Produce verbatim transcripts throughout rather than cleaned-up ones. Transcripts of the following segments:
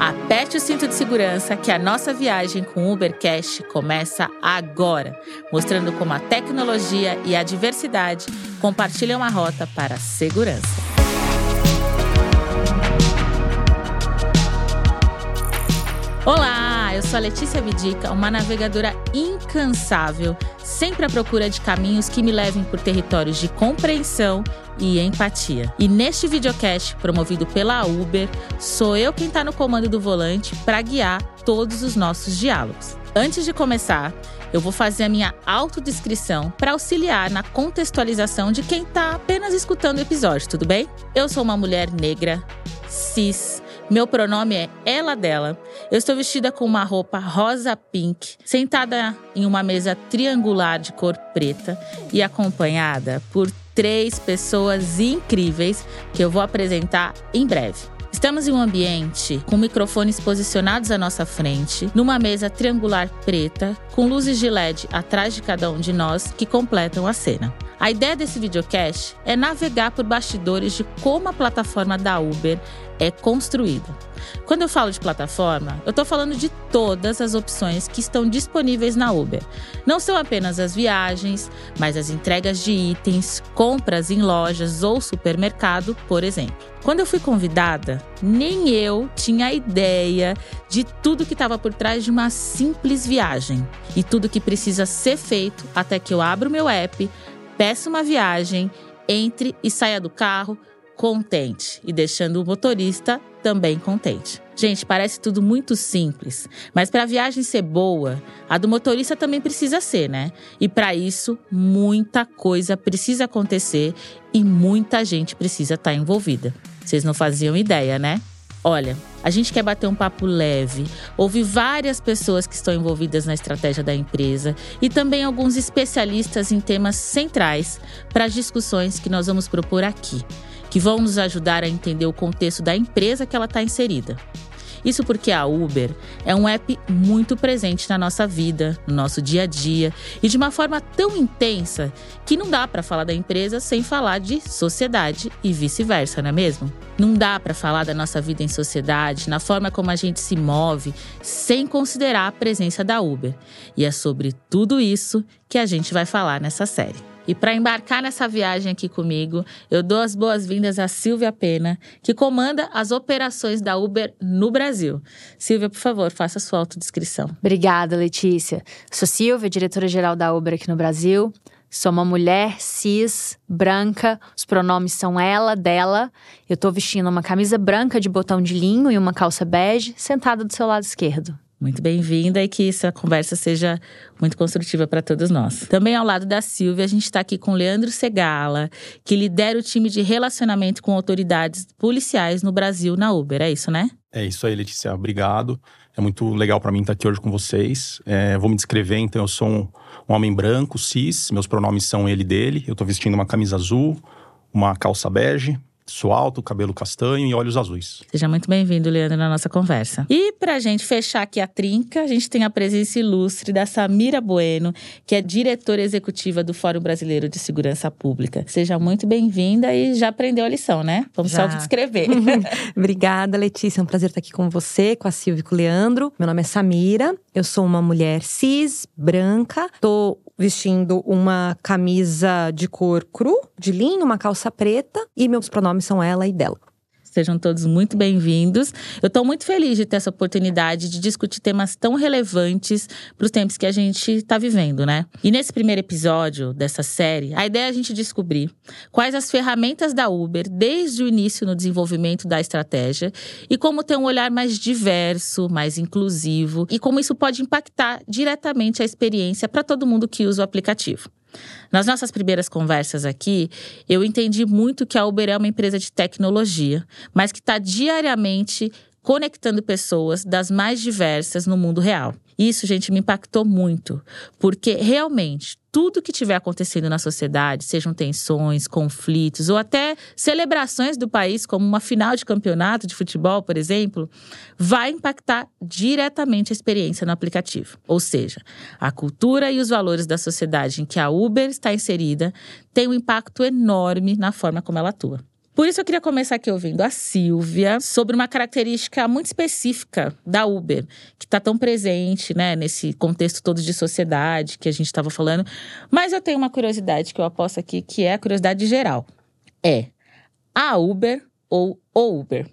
Aperte o cinto de segurança que a nossa viagem com o Ubercast começa agora, mostrando como a tecnologia e a diversidade compartilham a rota para a segurança. Olá, eu sou a Letícia Vidica, uma navegadora incansável, sempre à procura de caminhos que me levem por territórios de compreensão e empatia. E neste videocast, promovido pela Uber, sou eu quem está no comando do volante para guiar todos os nossos diálogos. Antes de começar, eu vou fazer a minha autodescrição para auxiliar na contextualização de quem está apenas escutando o episódio, tudo bem? Eu sou uma mulher negra, cis. Meu pronome é ela, dela. Eu estou vestida com uma roupa rosa pink, sentada em uma mesa triangular de cor preta e acompanhada por três pessoas incríveis que eu vou apresentar em breve. Estamos em um ambiente com microfones posicionados à nossa frente, numa mesa triangular preta, com luzes de L E D atrás de cada um de nós que completam a cena. A ideia desse videocast é navegar por bastidores de como a plataforma da Uber é construída. Quando eu falo de plataforma, eu estou falando de todas as opções que estão disponíveis na Uber. Não são apenas as viagens, mas as entregas de itens, compras em lojas ou supermercado, por exemplo. Quando eu fui convidada, nem eu tinha ideia de tudo que estava por trás de uma simples viagem e tudo que precisa ser feito até que eu abro o meu app, peço uma viagem, entre e saia do carro contente e deixando o motorista também contente. Gente, parece tudo muito simples, mas para a viagem ser boa, a do motorista também precisa ser, né? E para isso, muita coisa precisa acontecer e muita gente precisa estar envolvida. Vocês não faziam ideia, né? Olha, a gente quer bater um papo leve, ouvir várias pessoas que estão envolvidas na estratégia da empresa e também alguns especialistas em temas centrais para as discussões que nós vamos propor aqui, que vão nos ajudar a entender o contexto da empresa que ela está inserida. Isso porque a Uber é um app muito presente na nossa vida, no nosso dia a dia e de uma forma tão intensa que não dá para falar da empresa sem falar de sociedade e vice-versa, não é mesmo? Não dá para falar da nossa vida em sociedade, na forma como a gente se move, sem considerar a presença da Uber. E é sobre tudo isso que a gente vai falar nessa série. E para embarcar nessa viagem aqui comigo, eu dou as boas-vindas a Silvia Pena, que comanda as operações da Uber no Brasil. Silvia, por favor, faça a sua autodescrição. Obrigada, Letícia. Sou Silvia, diretora-geral da Uber aqui no Brasil. Sou uma mulher cis, branca, os pronomes são ela, dela. Eu estou vestindo uma camisa branca de botão de linho e uma calça bege, sentada do seu lado esquerdo. Muito bem-vinda e que essa conversa seja muito construtiva para todos nós. Também ao lado da Silvia, a gente está aqui com o Leandro Segala, que lidera o time de relacionamento com autoridades policiais no Brasil na Uber. É isso, né? É isso aí, Letícia. Obrigado. É muito legal para mim estar aqui hoje com vocês. É, vou me descrever, então eu sou um, um homem branco, cis, meus pronomes são ele e dele. Eu estou vestindo uma camisa azul, uma calça bege. Sou alto, cabelo castanho e olhos azuis. Seja muito bem-vindo, Leandro, na nossa conversa. E pra gente fechar aqui a trinca, a gente tem a presença ilustre da Samira Bueno, que é diretora executiva do Fórum Brasileiro de Segurança Pública. Seja muito bem-vinda e já aprendeu a lição, né? Vamos já. só descrever. Obrigada, Letícia. É um prazer estar aqui com você, com a Silvia e com o Leandro. Meu nome é Samira, eu sou uma mulher cis, branca. Tô vestindo uma camisa de cor cru, de linho, uma calça preta. E meus pronomes são ela e dela. Sejam todos muito bem-vindos. Eu estou muito feliz de ter essa oportunidade de discutir temas tão relevantes para os tempos que a gente está vivendo, né? E nesse primeiro episódio dessa série, a ideia é a gente descobrir quais as ferramentas da Uber desde o início no desenvolvimento da estratégia e como ter um olhar mais diverso, mais inclusivo e como isso pode impactar diretamente a experiência para todo mundo que usa o aplicativo. Nas nossas primeiras conversas aqui, eu entendi muito que a Uber é uma empresa de tecnologia, mas que está diariamente conectando pessoas das mais diversas no mundo real. Isso, gente, me impactou muito, porque realmente tudo que estiver acontecendo na sociedade, sejam tensões, conflitos ou até celebrações do país, como uma final de campeonato de futebol, por exemplo, vai impactar diretamente a experiência no aplicativo. Ou seja, a cultura e os valores da sociedade em que a Uber está inserida têm um impacto enorme na forma como ela atua. Por isso eu queria começar aqui ouvindo a Silvia sobre uma característica muito específica da Uber, que está tão presente, né, nesse contexto todo de sociedade que a gente estava falando. Mas eu tenho uma curiosidade que eu aposto aqui, que é a curiosidade geral. É a Uber ou o Uber?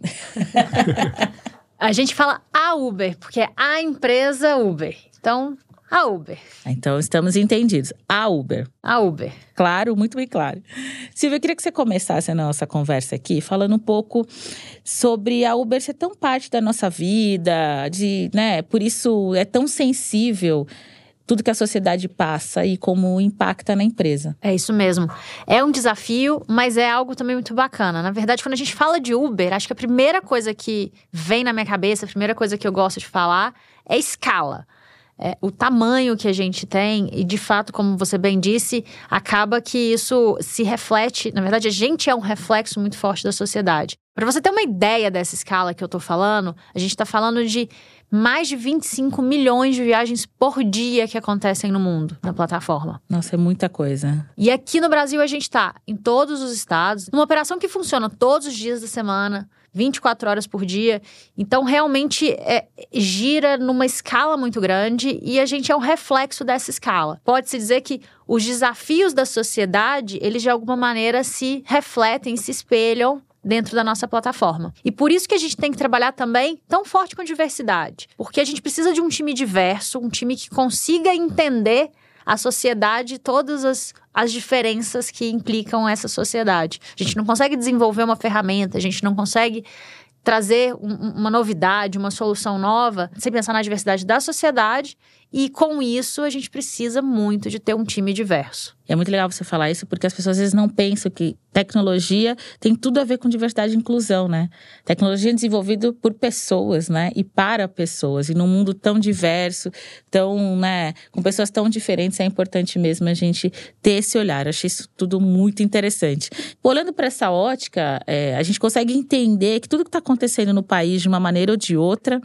A gente fala a Uber, porque é a empresa Uber. Então, a Uber. Então, estamos entendidos. A Uber. A Uber. Claro, muito bem claro. Silvia, eu queria que você começasse a nossa conversa aqui falando um pouco sobre a Uber ser tão parte da nossa vida, de, né, por isso é tão sensível tudo que a sociedade passa e como impacta na empresa. É isso mesmo. É um desafio, mas é algo também muito bacana. Na verdade, quando a gente fala de Uber, acho que a primeira coisa que vem na minha cabeça, a primeira coisa que eu gosto de falar é escala. É, o tamanho que a gente tem e, de fato, como você bem disse, acaba que isso se reflete. Na verdade, a gente é um reflexo muito forte da sociedade. Para você ter uma ideia dessa escala que eu tô falando, a gente tá falando de mais de vinte e cinco milhões de viagens por dia que acontecem no mundo, na plataforma. Nossa, é muita coisa. E aqui no Brasil a gente tá em todos os estados, numa operação que funciona todos os dias da semana, vinte e quatro horas por dia. Então, realmente, é, gira numa escala muito grande e a gente é um reflexo dessa escala. Pode-se dizer que os desafios da sociedade, eles de alguma maneira se refletem, se espelham dentro da nossa plataforma. E por isso que a gente tem que trabalhar também tão forte com diversidade. Porque a gente precisa de um time diverso, um time que consiga entender a sociedade, todas as, as diferenças que implicam essa sociedade. A gente não consegue desenvolver uma ferramenta, a gente não consegue trazer um, uma novidade, uma solução nova, sem pensar na diversidade da sociedade. E com isso, a gente precisa muito de ter um time diverso. É muito legal você falar isso, porque as pessoas às vezes não pensam que tecnologia tem tudo a ver com diversidade e inclusão, né? Tecnologia é desenvolvida por pessoas, né? E para pessoas. E num mundo tão diverso, tão, né? Com pessoas tão diferentes, é importante mesmo a gente ter esse olhar. Eu achei isso tudo muito interessante. Olhando para essa ótica, é, a gente consegue entender que tudo que está acontecendo no país, de uma maneira ou de outra,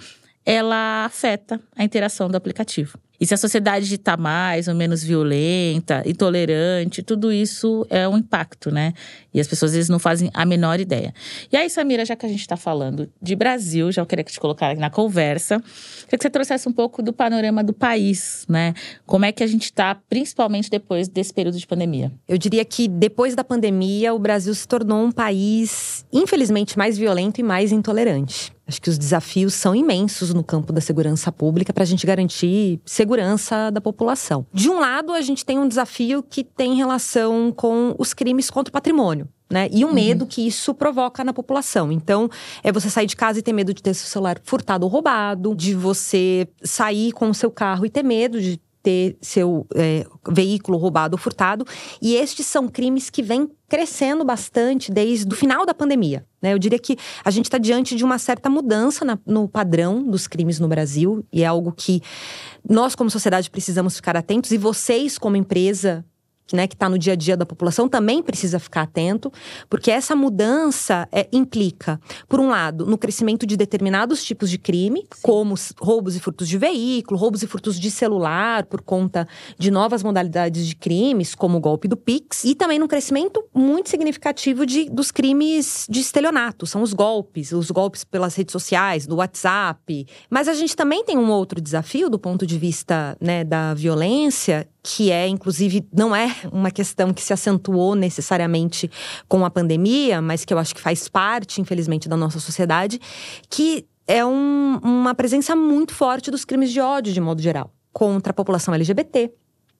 ela afeta a interação do aplicativo. E se a sociedade está mais ou menos violenta, intolerante, tudo isso é um impacto, né? E as pessoas às vezes não fazem a menor ideia. E aí, Samira, já que a gente está falando de Brasil, já eu queria te colocar na conversa, queria que você trouxesse um pouco do panorama do país, né? Como é que a gente está, principalmente depois desse período de pandemia? Eu diria que depois da pandemia, o Brasil se tornou um país, infelizmente, mais violento e mais intolerante. Acho que os desafios são imensos no campo da segurança pública para a gente garantir segurança da população. De um lado, a gente tem um desafio que tem relação com os crimes contra o patrimônio, né? E o medo uhum. que isso provoca na população. Então, é você sair de casa e ter medo de ter seu celular furtado ou roubado, de você sair com o seu carro e ter medo de ter seu é, veículo roubado ou furtado. E estes são crimes que vêm crescendo bastante desde o final da pandemia, né? Eu diria que a gente está diante de uma certa mudança na, no padrão dos crimes no Brasil. E é algo que nós, como sociedade, precisamos ficar atentos. E vocês, como empresa, né, que está no dia a dia da população, também precisa ficar atento, porque essa mudança é, implica, por um lado, no crescimento de determinados tipos de crime, Sim. como roubos e furtos de veículo, roubos e furtos de celular, por conta de novas modalidades de crimes, como o golpe do Pix, e também no crescimento muito significativo de, dos crimes de estelionato, são os golpes, os golpes pelas redes sociais, do WhatsApp. Mas a gente também tem um outro desafio do ponto de vista, né, da violência, que é, inclusive, não é uma questão que se acentuou necessariamente com a pandemia, mas que eu acho que faz parte, infelizmente, da nossa sociedade, que é um, uma presença muito forte dos crimes de ódio, de modo geral, contra a população L G B T.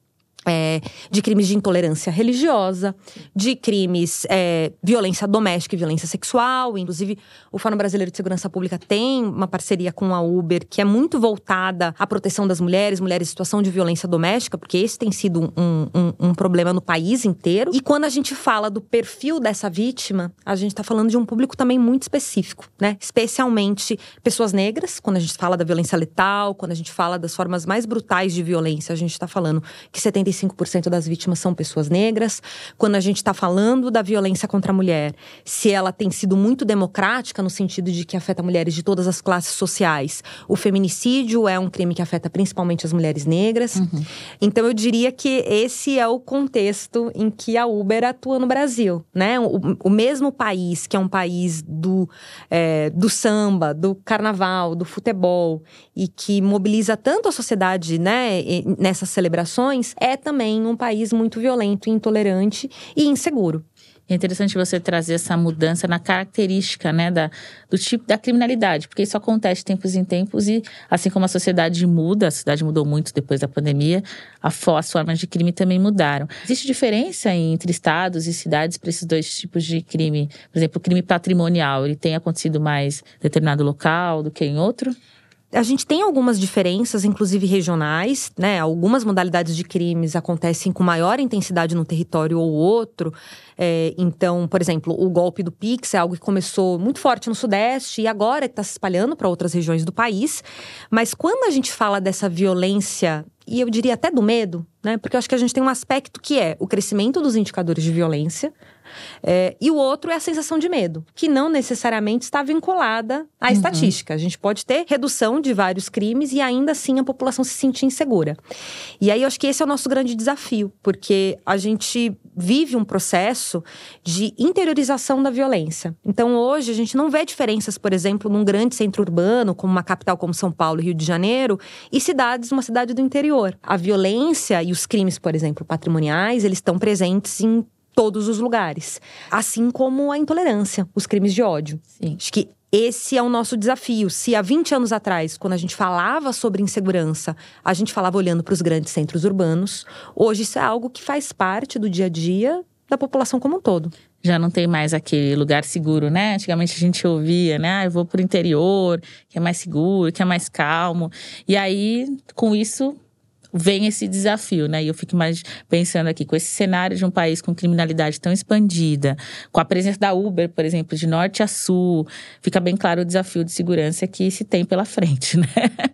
É, de crimes de intolerância religiosa, de crimes, é, violência doméstica e violência sexual. Inclusive, o Fórum Brasileiro de Segurança Pública tem uma parceria com a Uber que é muito voltada à proteção das mulheres, mulheres em situação de violência doméstica, porque esse tem sido um, um, um problema no país inteiro. E quando a gente fala do perfil dessa vítima, a gente está falando de um público também muito específico, né? Especialmente pessoas negras, quando a gente fala da violência letal, quando a gente fala das formas mais brutais de violência, a gente está falando que setenta setenta e cinco por cento das vítimas são pessoas negras. Quando a gente está falando da violência contra a mulher, se ela tem sido muito democrática, no sentido de que afeta mulheres de todas as classes sociais, o feminicídio é um crime que afeta principalmente as mulheres negras. Uhum. Então, eu diria que esse é o contexto em que a Uber atua no Brasil, né? O, o mesmo país, que é um país do, é, do samba, do carnaval, do futebol, e que mobiliza tanto a sociedade, né, nessas celebrações, é também um país muito violento, intolerante e inseguro. É interessante você trazer essa mudança na característica, né, da, do tipo da criminalidade, porque isso acontece de tempos em tempos e, assim como a sociedade muda, a sociedade mudou muito depois da pandemia, a, as formas de crime também mudaram. Existe diferença entre estados e cidades para esses dois tipos de crime? Por exemplo, o crime patrimonial, ele tem acontecido mais em determinado local do que em outro? A gente tem algumas diferenças, inclusive regionais, né? Algumas modalidades de crimes acontecem com maior intensidade num território ou outro. É, então, por exemplo, o golpe do Pix é algo que começou muito forte no Sudeste e agora está se espalhando para outras regiões do país. Mas quando a gente fala dessa violência, e eu diria até do medo, né? Porque eu acho que a gente tem um aspecto que é o crescimento dos indicadores de violência. É, e o outro é a sensação de medo, que não necessariamente está vinculada à uhum. estatística. A gente pode ter redução de vários crimes e ainda assim a população se sentir insegura. E aí eu acho que esse é o nosso grande desafio, porque a gente vive um processo de interiorização da violência. Então hoje a gente não vê diferenças, por exemplo, num grande centro urbano, como uma capital como São Paulo e Rio de Janeiro, e cidades, uma cidade do interior. A violência e os crimes, por exemplo, patrimoniais, eles estão presentes em todos os lugares. Assim como a intolerância, os crimes de ódio. Sim. Acho que esse é o nosso desafio. Se há vinte anos atrás, quando a gente falava sobre insegurança, a gente falava olhando para os grandes centros urbanos, hoje isso é algo que faz parte do dia a dia da população como um todo. Já não tem mais aquele lugar seguro, né? Antigamente a gente ouvia, né? Ah, eu vou pro interior, que é mais seguro, que é mais calmo. E aí, com isso, vem esse desafio, né? E eu fico mais pensando aqui, com esse cenário de um país com criminalidade tão expandida, com a presença da Uber, por exemplo, de norte a sul, fica bem claro o desafio de segurança que se tem pela frente, né?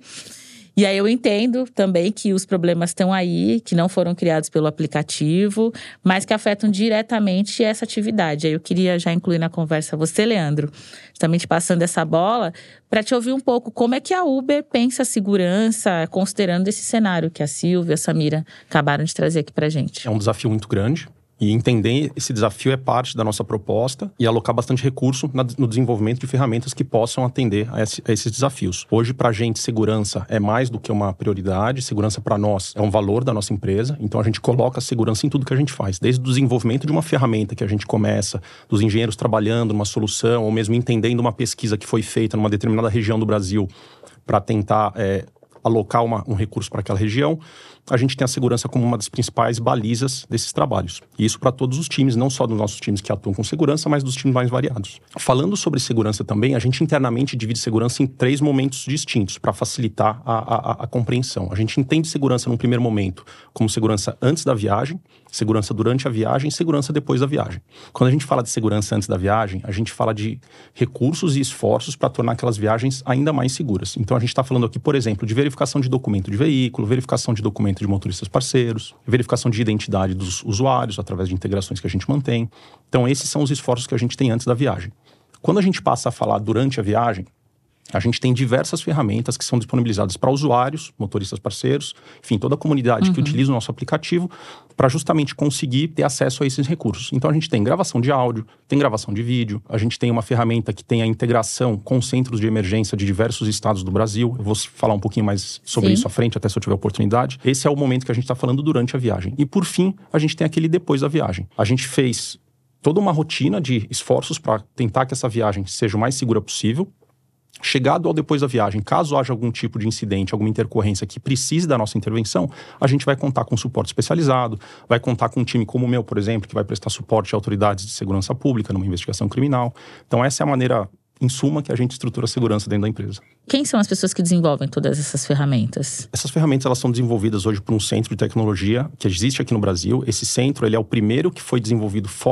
E aí eu entendo também que os problemas estão aí, que não foram criados pelo aplicativo, mas que afetam diretamente essa atividade. Aí eu queria já incluir na conversa você, Leandro, justamente passando essa bola, para te ouvir um pouco como é que a Uber pensa a segurança, considerando esse cenário que a Silvia e a Samira acabaram de trazer aqui pra gente. É um desafio muito grande. E entender esse desafio é parte da nossa proposta e alocar bastante recurso no desenvolvimento de ferramentas que possam atender a, esse, a esses desafios. Hoje, para a gente, segurança é mais do que uma prioridade. Segurança, para nós, é um valor da nossa empresa. Então, a gente coloca a segurança em tudo que a gente faz. Desde o desenvolvimento de uma ferramenta que a gente começa, dos engenheiros trabalhando numa solução, ou mesmo entendendo uma pesquisa que foi feita numa determinada região do Brasil para tentar é, alocar uma, um recurso para aquela região. A gente tem a segurança como uma das principais balizas desses trabalhos. E isso para todos os times, não só dos nossos times que atuam com segurança, mas dos times mais variados. Falando sobre segurança também, a gente internamente divide segurança em três momentos distintos para facilitar a, a, a compreensão. A gente entende segurança num primeiro momento como segurança antes da viagem, segurança durante a viagem e segurança depois da viagem. Quando a gente fala de segurança antes da viagem, a gente fala de recursos e esforços para tornar aquelas viagens ainda mais seguras. Então a gente está falando aqui, por exemplo, de verificação de documento de veículo, verificação de documento de motoristas parceiros, verificação de identidade dos usuários através de integrações que a gente mantém. Então esses são os esforços que a gente tem antes da viagem. Quando a gente passa a falar durante a viagem, a gente tem diversas ferramentas que são disponibilizadas para usuários, motoristas parceiros, enfim, toda a comunidade uhum. que utiliza o nosso aplicativo para justamente conseguir ter acesso a esses recursos. Então a gente tem gravação de áudio, tem gravação de vídeo, a gente tem uma ferramenta que tem a integração com centros de emergência de diversos estados do Brasil. Eu vou falar um pouquinho mais sobre Sim. isso à frente, até se eu tiver oportunidade. Esse é o momento que a gente está falando durante a viagem. E por fim, a gente tem aquele depois da viagem. A gente fez toda uma rotina de esforços para tentar que essa viagem seja o mais segura possível. Chegado ao depois da viagem, caso haja algum tipo de incidente, alguma intercorrência que precise da nossa intervenção, a gente vai contar com suporte especializado, vai contar com um time como o meu, por exemplo, que vai prestar suporte a autoridades de segurança pública numa investigação criminal. Então essa é a maneira, em suma, que a gente estrutura a segurança dentro da empresa. Quem são as pessoas que desenvolvem todas essas ferramentas? Essas ferramentas elas são desenvolvidas hoje por um centro de tecnologia que existe aqui no Brasil. Esse centro ele é o primeiro que foi desenvolvido fora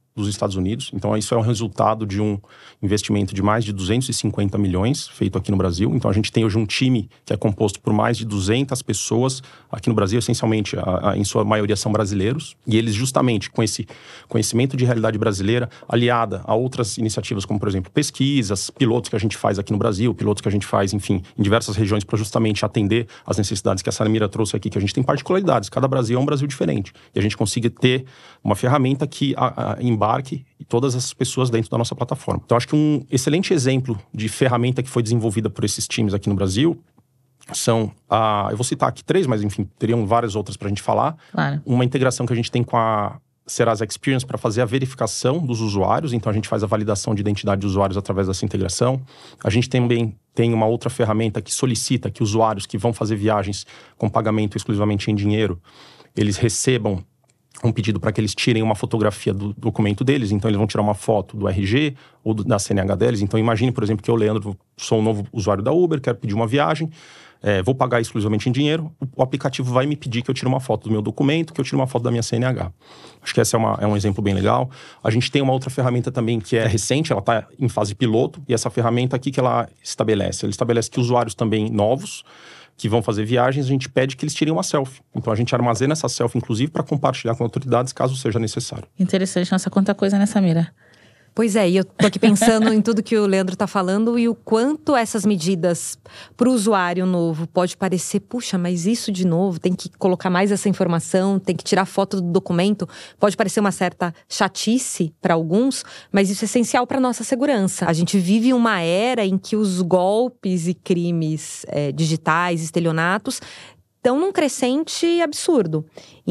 dos Estados Unidos. Então, isso é um resultado de um investimento de mais de duzentos e cinquenta milhões feito aqui no Brasil. Então, a gente tem hoje um time que é composto por mais de duzentas pessoas aqui no Brasil, essencialmente, a, a, em sua maioria são brasileiros. E eles, justamente, com esse conhecimento de realidade brasileira, aliada a outras iniciativas, como, por exemplo, pesquisas, pilotos que a gente faz aqui no Brasil, pilotos que a gente faz, enfim, em diversas regiões para justamente atender às necessidades que a Samira trouxe aqui, que a gente tem particularidades. Cada Brasil é um Brasil diferente. E a gente consiga ter uma ferramenta que a, a, embarque todas essas pessoas dentro da nossa plataforma. Então, acho que um excelente exemplo de ferramenta que foi desenvolvida por esses times aqui no Brasil são, a, eu vou citar aqui três, mas enfim, teriam várias outras para a gente falar. Claro. Uma integração que a gente tem com a Serasa Experience para fazer a verificação dos usuários. Então, a gente faz a validação de identidade de usuários através dessa integração. A gente também tem uma outra ferramenta que solicita que usuários que vão fazer viagens com pagamento exclusivamente em dinheiro, eles recebam um pedido para que eles tirem uma fotografia do documento deles. Então, eles vão tirar uma foto do R G ou do, da C N H deles. Então, imagine, por exemplo, que eu, Leandro, sou um novo usuário da Uber, quero pedir uma viagem, é, vou pagar exclusivamente em dinheiro, o, o aplicativo vai me pedir que eu tire uma foto do meu documento, que eu tire uma foto da minha C N H. Acho que esse é, uma, é um exemplo bem legal. A gente tem uma outra ferramenta também que é recente, ela está em fase piloto, e essa ferramenta aqui que ela estabelece? Ela estabelece que usuários também novos, que vão fazer viagens, a gente pede que eles tirem uma selfie. Então, a gente armazena essa selfie, inclusive, para compartilhar com autoridades, caso seja necessário. Interessante. Nossa, quanta coisa, né, Samira? Pois é, e eu tô aqui pensando em tudo que o Leandro tá falando e o quanto essas medidas pro usuário novo pode parecer, puxa, mas isso de novo, tem que colocar mais essa informação, tem que tirar foto do documento. Pode parecer uma certa chatice para alguns, mas isso é essencial para nossa segurança. A gente vive uma era em que os golpes e crimes é, digitais, estelionatos, estão num crescente absurdo.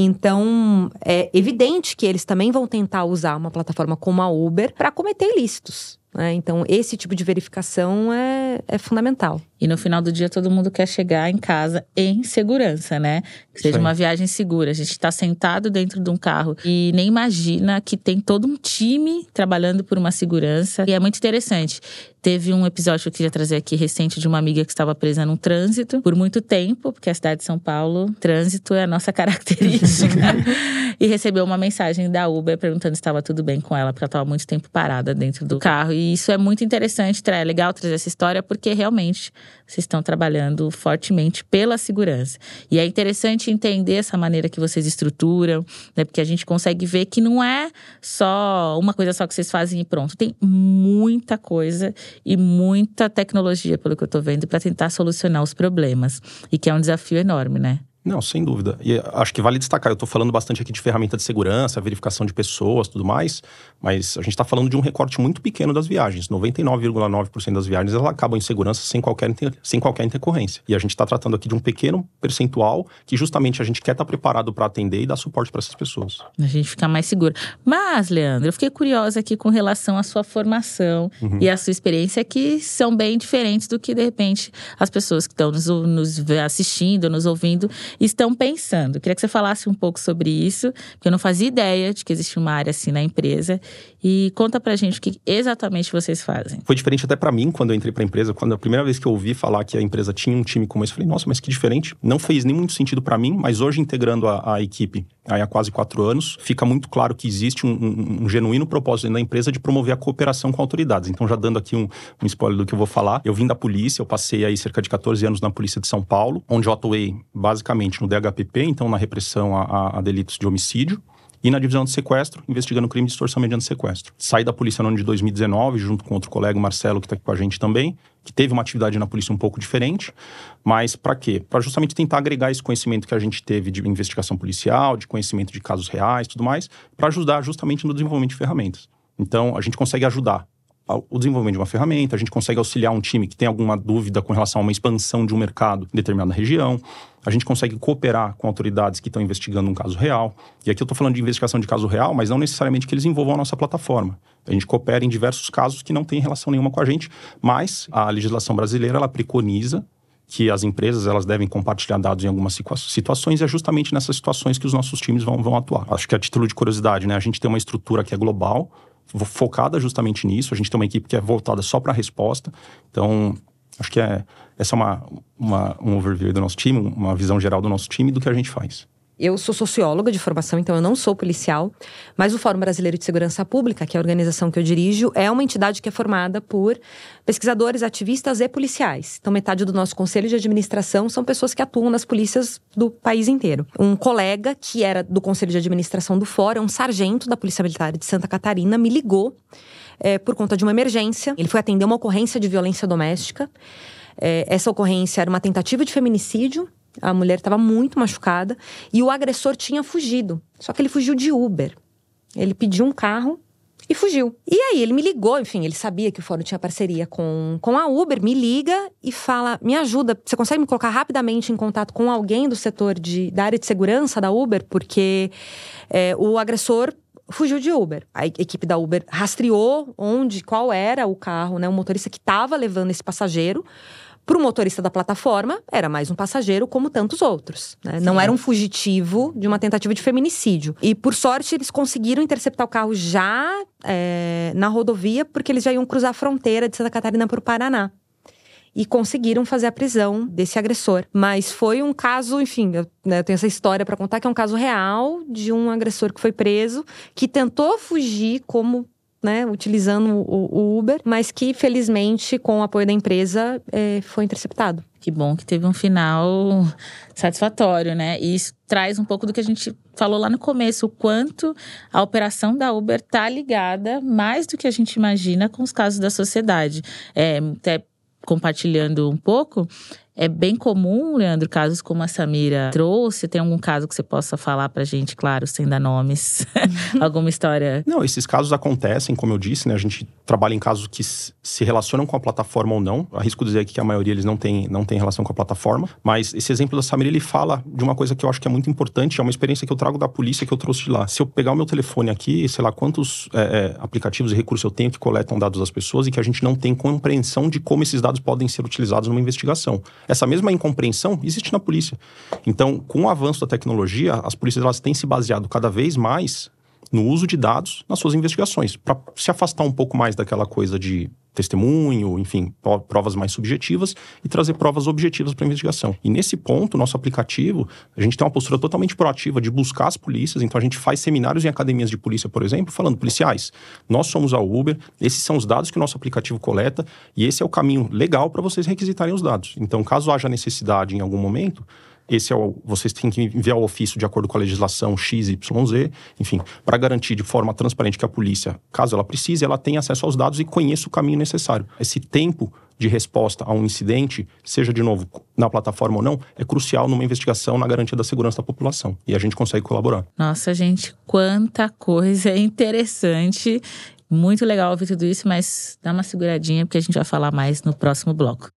Então, é evidente que eles também vão tentar usar uma plataforma como a Uber para cometer ilícitos, né? Então, esse tipo de verificação é, é fundamental. E no final do dia, todo mundo quer chegar em casa em segurança, né? Que seja uma viagem segura. A gente está sentado dentro de um carro e nem imagina que tem todo um time trabalhando por uma segurança. E é muito interessante. Teve um episódio que eu queria trazer aqui recente de uma amiga que estava presa num trânsito por muito tempo, porque a cidade de São Paulo, trânsito é a nossa característica. E recebeu uma mensagem da Uber perguntando se estava tudo bem com ela, porque ela estava muito tempo parada dentro do carro. E isso é muito interessante, é legal trazer essa história, porque realmente vocês estão trabalhando fortemente pela segurança. E é interessante entender essa maneira que vocês estruturam, né? Porque a gente consegue ver que não é só uma coisa só que vocês fazem e pronto. Tem muita coisa e muita tecnologia, pelo que eu tô vendo, para tentar solucionar os problemas. E que é um desafio enorme, né? Não, sem dúvida. E acho que vale destacar, eu estou falando bastante aqui de ferramenta de segurança, verificação de pessoas, tudo mais, mas a gente está falando de um recorte muito pequeno das viagens. noventa e nove vírgula nove por cento das viagens, elas acabam em segurança sem qualquer, sem qualquer intercorrência. E a gente está tratando aqui de um pequeno percentual que justamente a gente quer estar tá preparado para atender e dar suporte para essas pessoas. A gente fica mais seguro. Mas, Leandro, eu fiquei curiosa aqui com relação à sua formação uhum. e à sua experiência, que são bem diferentes do que, de repente, as pessoas que estão nos, nos assistindo, nos ouvindo, estão pensando. Eu queria que você falasse um pouco sobre isso, porque eu não fazia ideia de que existia uma área assim na empresa. E conta pra gente o que exatamente vocês fazem. Foi diferente até pra mim quando eu entrei pra empresa. Quando a primeira vez que eu ouvi falar que a empresa tinha um time como esse, eu falei, nossa, mas que diferente. Não fez nem muito sentido pra mim, mas hoje integrando a, a equipe aí há quase quatro anos, fica muito claro que existe um, um, um genuíno propósito na empresa de promover a cooperação com autoridades. Então, já dando aqui um, um spoiler do que eu vou falar, eu vim da polícia, eu passei aí cerca de quatorze anos na Polícia de São Paulo, onde eu atuei basicamente no D H P P, então na repressão a, a, a delitos de homicídio, e na divisão de sequestro, investigando crime de extorsão mediante sequestro. Saí da polícia no ano de dois mil e dezenove, junto com outro colega, o Marcelo, que está aqui com a gente também, que teve uma atividade na polícia um pouco diferente. Mas para quê? Para justamente tentar agregar esse conhecimento que a gente teve de investigação policial, de conhecimento de casos reais e tudo mais, para ajudar justamente no desenvolvimento de ferramentas. Então, a gente consegue ajudar o desenvolvimento de uma ferramenta, a gente consegue auxiliar um time que tem alguma dúvida com relação a uma expansão de um mercado em determinada região, a gente consegue cooperar com autoridades que estão investigando um caso real. E aqui eu estou falando de investigação de caso real, mas não necessariamente que eles envolvam a nossa plataforma. A gente coopera em diversos casos que não têm relação nenhuma com a gente, mas a legislação brasileira, ela preconiza que as empresas elas devem compartilhar dados em algumas situações, e é justamente nessas situações que os nossos times vão, vão atuar. Acho que a título de curiosidade, né, a gente tem uma estrutura que é global, focada justamente nisso. A gente tem uma equipe que é voltada só para a resposta. Então, acho que é, essa é uma, uma, um overview do nosso time, uma visão geral do nosso time e do que a gente faz. Eu sou socióloga de formação, então eu não sou policial. Mas o Fórum Brasileiro de Segurança Pública, que é a organização que eu dirijo, é uma entidade que é formada por pesquisadores, ativistas e policiais. Então metade do nosso conselho de administração são pessoas que atuam nas polícias do país inteiro. Um colega que era do conselho de administração do Fórum, um sargento da Polícia Militar de Santa Catarina, me ligou é, por conta de uma emergência. Ele foi atender uma ocorrência de violência doméstica. É, essa ocorrência era uma tentativa de feminicídio. A mulher estava muito machucada e o agressor tinha fugido. Só que ele fugiu de Uber. Ele pediu um carro e fugiu. E aí ele me ligou, enfim, ele sabia que o Fórum tinha parceria com, com a Uber. Me liga e fala, me ajuda, você consegue me colocar rapidamente em contato com alguém do setor de, da área de segurança da Uber? Porque é, o agressor fugiu de Uber. A equipe da Uber rastreou onde, qual era o carro, né? O motorista que estava levando esse passageiro. Para o motorista da plataforma, era mais um passageiro como tantos outros, né? Não era um fugitivo de uma tentativa de feminicídio. E, por sorte, eles conseguiram interceptar o carro já é, na rodovia, porque eles já iam cruzar a fronteira de Santa Catarina para o Paraná. E conseguiram fazer a prisão desse agressor. Mas foi um caso, enfim, eu, né, eu tenho essa história para contar, que é um caso real de um agressor que foi preso, que tentou fugir como... né, utilizando o, o Uber, mas que, felizmente, com o apoio da empresa, é, foi interceptado. Que bom que teve um final satisfatório, né? E isso traz um pouco do que a gente falou lá no começo, o quanto a operação da Uber tá ligada, mais do que a gente imagina, com os casos da sociedade. É, até compartilhando um pouco... É bem comum, Leandro, casos como a Samira trouxe. Tem algum caso que você possa falar pra gente, claro, sem dar nomes? Alguma história? Não, esses casos acontecem, como eu disse, né? A gente trabalha em casos que se relacionam com a plataforma ou não. Arrisco dizer aqui que a maioria eles não tem, não tem relação com a plataforma. Mas esse exemplo da Samira, ele fala de uma coisa que eu acho que é muito importante. É uma experiência que eu trago da polícia, que eu trouxe de lá. Se eu pegar o meu telefone aqui, sei lá quantos é, é, aplicativos e recursos eu tenho que coletam dados das pessoas e que a gente não tem compreensão de como esses dados podem ser utilizados numa investigação. Essa mesma incompreensão existe na polícia. Então, com o avanço da tecnologia, as polícias elas têm se baseado cada vez mais no uso de dados nas suas investigações, para se afastar um pouco mais daquela coisa de testemunho, enfim, provas mais subjetivas e trazer provas objetivas para a investigação. E nesse ponto, nosso aplicativo, a gente tem uma postura totalmente proativa de buscar as polícias. Então a gente faz seminários em academias de polícia, por exemplo, falando, policiais, nós somos a Uber, esses são os dados que o nosso aplicativo coleta e esse é o caminho legal para vocês requisitarem os dados. Então, caso haja necessidade em algum momento, esse é o, vocês têm que enviar o ofício de acordo com a legislação X Y Z, enfim, para garantir de forma transparente que a polícia, caso ela precise, ela tenha acesso aos dados e conheça o caminho necessário. Esse tempo de resposta a um incidente, seja de novo na plataforma ou não, é crucial numa investigação na garantia da segurança da população. E a gente consegue colaborar. Nossa, gente, quanta coisa interessante. Muito legal ouvir tudo isso, mas dá uma seguradinha porque a gente vai falar mais no próximo bloco.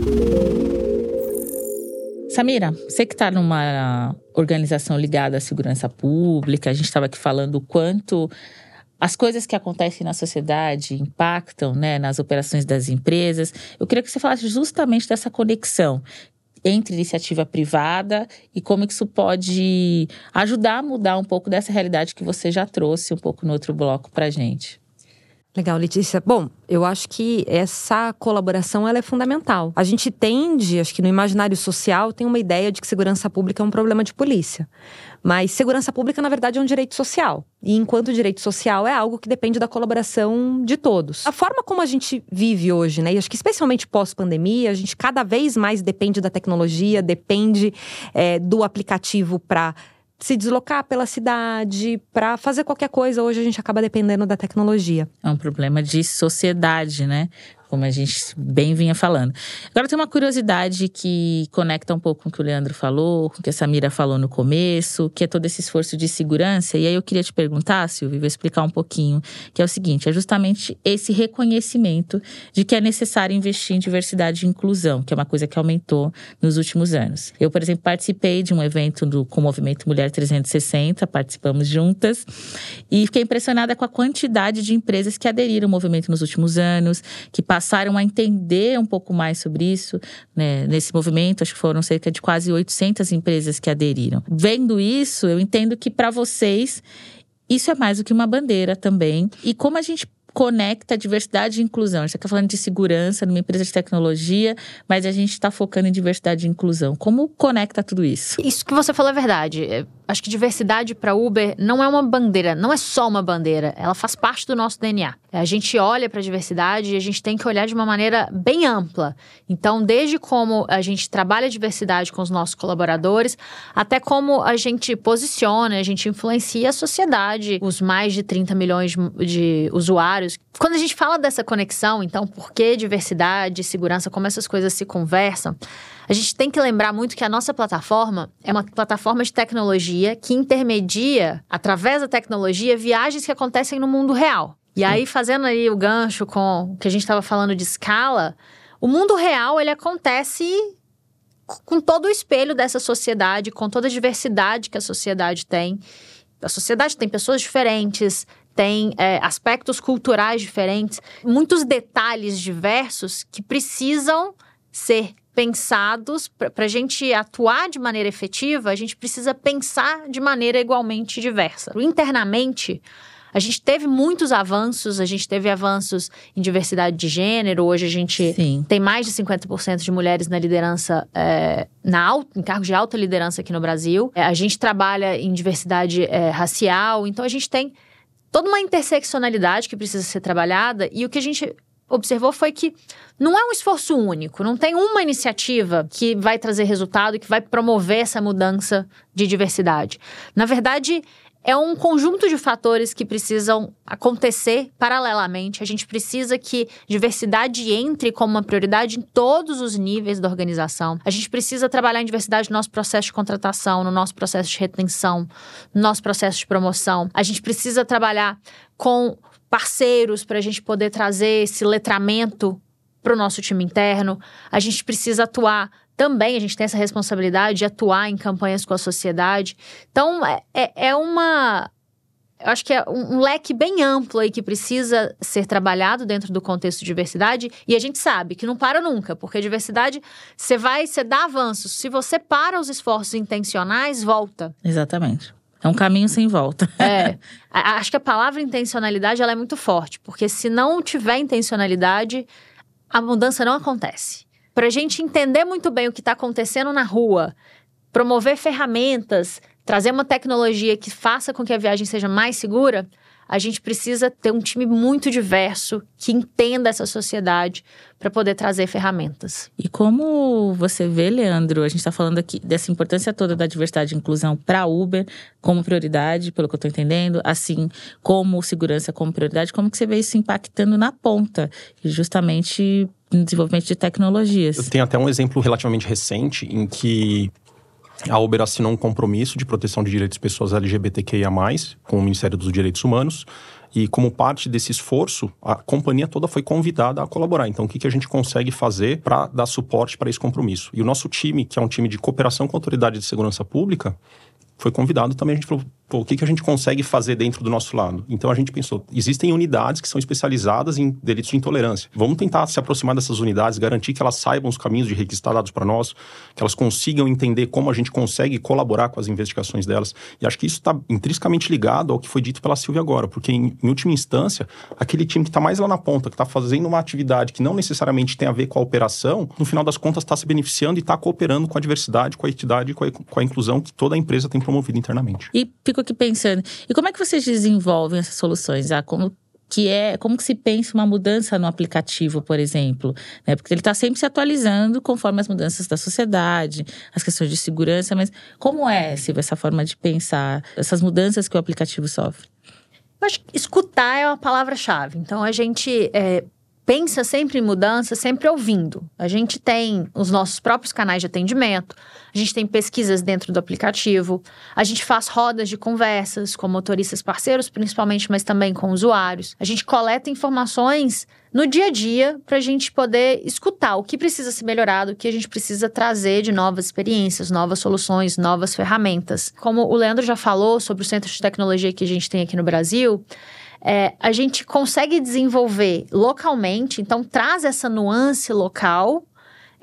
Samira, você que está numa organização ligada à segurança pública, a gente estava aqui falando o quanto as coisas que acontecem na sociedade impactam, né, nas operações das empresas. Eu queria que você falasse justamente dessa conexão entre iniciativa privada e como que isso pode ajudar a mudar um pouco dessa realidade que você já trouxe um pouco no outro bloco para a gente. Legal, Letícia. Bom, eu acho que essa colaboração ela é fundamental. A gente tende, acho que no imaginário social, tem uma ideia de que segurança pública é um problema de polícia. Mas segurança pública, na verdade, é um direito social. E enquanto direito social é algo que depende da colaboração de todos. A forma como a gente vive hoje, né? E acho que especialmente pós-pandemia, a gente cada vez mais depende da tecnologia, depende é, do aplicativo para se deslocar pela cidade, para fazer qualquer coisa. Hoje a gente acaba dependendo da tecnologia. É um problema de sociedade, né? Como a gente bem vinha falando. Agora tem uma curiosidade que conecta um pouco com o que o Leandro falou, com o que a Samira falou no começo, que é todo esse esforço de segurança. E aí eu queria te perguntar, Silvia, vou explicar um pouquinho, que é o seguinte, é justamente esse reconhecimento de que é necessário investir em diversidade e inclusão, que é uma coisa que aumentou nos últimos anos. Eu, por exemplo, participei de um evento do, com o Movimento Mulher trezentos e sessenta, participamos juntas, e fiquei impressionada com a quantidade de empresas que aderiram ao movimento nos últimos anos, que passaram passaram a entender um pouco mais sobre isso, né? Nesse movimento, acho que foram cerca de quase oitocentas empresas que aderiram. Vendo isso, eu entendo que para vocês, isso é mais do que uma bandeira também. E como a gente conecta diversidade e inclusão? A gente está falando de segurança numa empresa de tecnologia, mas a gente está focando em diversidade e inclusão. Como conecta tudo isso? Isso que você falou é verdade. Acho que diversidade para Uber não é uma bandeira, não é só uma bandeira. Ela faz parte do nosso D N A. A gente olha para a diversidade e a gente tem que olhar de uma maneira bem ampla. Então, desde como a gente trabalha a diversidade com os nossos colaboradores, até como a gente posiciona, a gente influencia a sociedade, os mais de trinta milhões de usuários. Quando a gente fala dessa conexão, então, por que diversidade, segurança, como essas coisas se conversam, a gente tem que lembrar muito que a nossa plataforma é uma plataforma de tecnologia que intermedia, através da tecnologia, viagens que acontecem no mundo real. E Sim. aí, fazendo aí o gancho com o que a gente estava falando de escala, o mundo real, ele acontece com todo o espelho dessa sociedade, com toda a diversidade que a sociedade tem. A sociedade tem pessoas diferentes, tem é, aspectos culturais diferentes, muitos detalhes diversos que precisam ser pensados. Para a gente atuar de maneira efetiva, a gente precisa pensar de maneira igualmente diversa. Internamente, a gente teve muitos avanços, a gente teve avanços em diversidade de gênero. Hoje a gente Sim. tem mais de cinquenta por cento de mulheres na liderança, é, na alta, em cargos de alta liderança aqui no Brasil. É, a gente trabalha em diversidade é, racial, então a gente tem toda uma interseccionalidade que precisa ser trabalhada. E o que a gente observou foi que não é um esforço único, não tem uma iniciativa que vai trazer resultado e que vai promover essa mudança de diversidade. Na verdade, é um conjunto de fatores que precisam acontecer paralelamente. A gente precisa que diversidade entre como uma prioridade em todos os níveis da organização. A gente precisa trabalhar em diversidade no nosso processo de contratação, no nosso processo de retenção, no nosso processo de promoção. A gente precisa trabalhar com parceiros para a gente poder trazer esse letramento para o nosso time interno. A gente precisa atuar também, a gente tem essa responsabilidade de atuar em campanhas com a sociedade. Então, é, é uma... Eu acho que é um, um leque bem amplo aí que precisa ser trabalhado dentro do contexto de diversidade. E a gente sabe que não para nunca, porque a diversidade, você vai, você dá avanços. Se você para os esforços intencionais, volta. Exatamente. É um caminho sem volta. É. Acho que a palavra intencionalidade, ela é muito forte. Porque se não tiver intencionalidade, a mudança não acontece. Para a gente entender muito bem o que está acontecendo na rua, promover ferramentas, trazer uma tecnologia que faça com que a viagem seja mais segura, a gente precisa ter um time muito diverso que entenda essa sociedade para poder trazer ferramentas. E como você vê, Leandro, a gente está falando aqui dessa importância toda da diversidade e inclusão para a Uber como prioridade, pelo que eu estou entendendo, assim como segurança como prioridade, como que você vê isso impactando na ponta, e justamente no desenvolvimento de tecnologias? Eu tenho até um exemplo relativamente recente em que a Uber assinou um compromisso de proteção de direitos de pessoas L G B T Q I A mais, com o Ministério dos Direitos Humanos. E como parte desse esforço, a companhia toda foi convidada a colaborar. Então, o que, que a gente consegue fazer para dar suporte para esse compromisso? E o nosso time, que é um time de cooperação com a Autoridade de Segurança Pública, foi convidado também. A gente falou, pô, o que, que a gente consegue fazer dentro do nosso lado? Então, a gente pensou, existem unidades que são especializadas em delitos de intolerância. Vamos tentar se aproximar dessas unidades, garantir que elas saibam os caminhos de requisitar dados para nós, que elas consigam entender como a gente consegue colaborar com as investigações delas. E acho que isso está intrinsecamente ligado ao que foi dito pela Silvia agora, porque, em, em última instância, aquele time que está mais lá na ponta, que está fazendo uma atividade que não necessariamente tem a ver com a operação, no final das contas está se beneficiando e está cooperando com a diversidade, com a equidade e com a, com a inclusão que toda a empresa tem promovido internamente. E fico aqui pensando, e como é que vocês desenvolvem essas soluções? Ah, como que é, como que se pensa uma mudança no aplicativo, por exemplo? Né? Porque ele está sempre se atualizando conforme as mudanças da sociedade, as questões de segurança, mas como é, Silvia, essa forma de pensar, essas mudanças que o aplicativo sofre? Eu acho que escutar é uma palavra-chave. Então, a gente é, pensa sempre em mudança, sempre ouvindo. A gente tem os nossos próprios canais de atendimento, a gente tem pesquisas dentro do aplicativo, a gente faz rodas de conversas com motoristas parceiros, principalmente, mas também com usuários. A gente coleta informações no dia a dia para a gente poder escutar o que precisa ser melhorado, o que a gente precisa trazer de novas experiências, novas soluções, novas ferramentas. Como o Leandro já falou sobre o centro de tecnologia que a gente tem aqui no Brasil, É, a gente consegue desenvolver localmente, então traz essa nuance local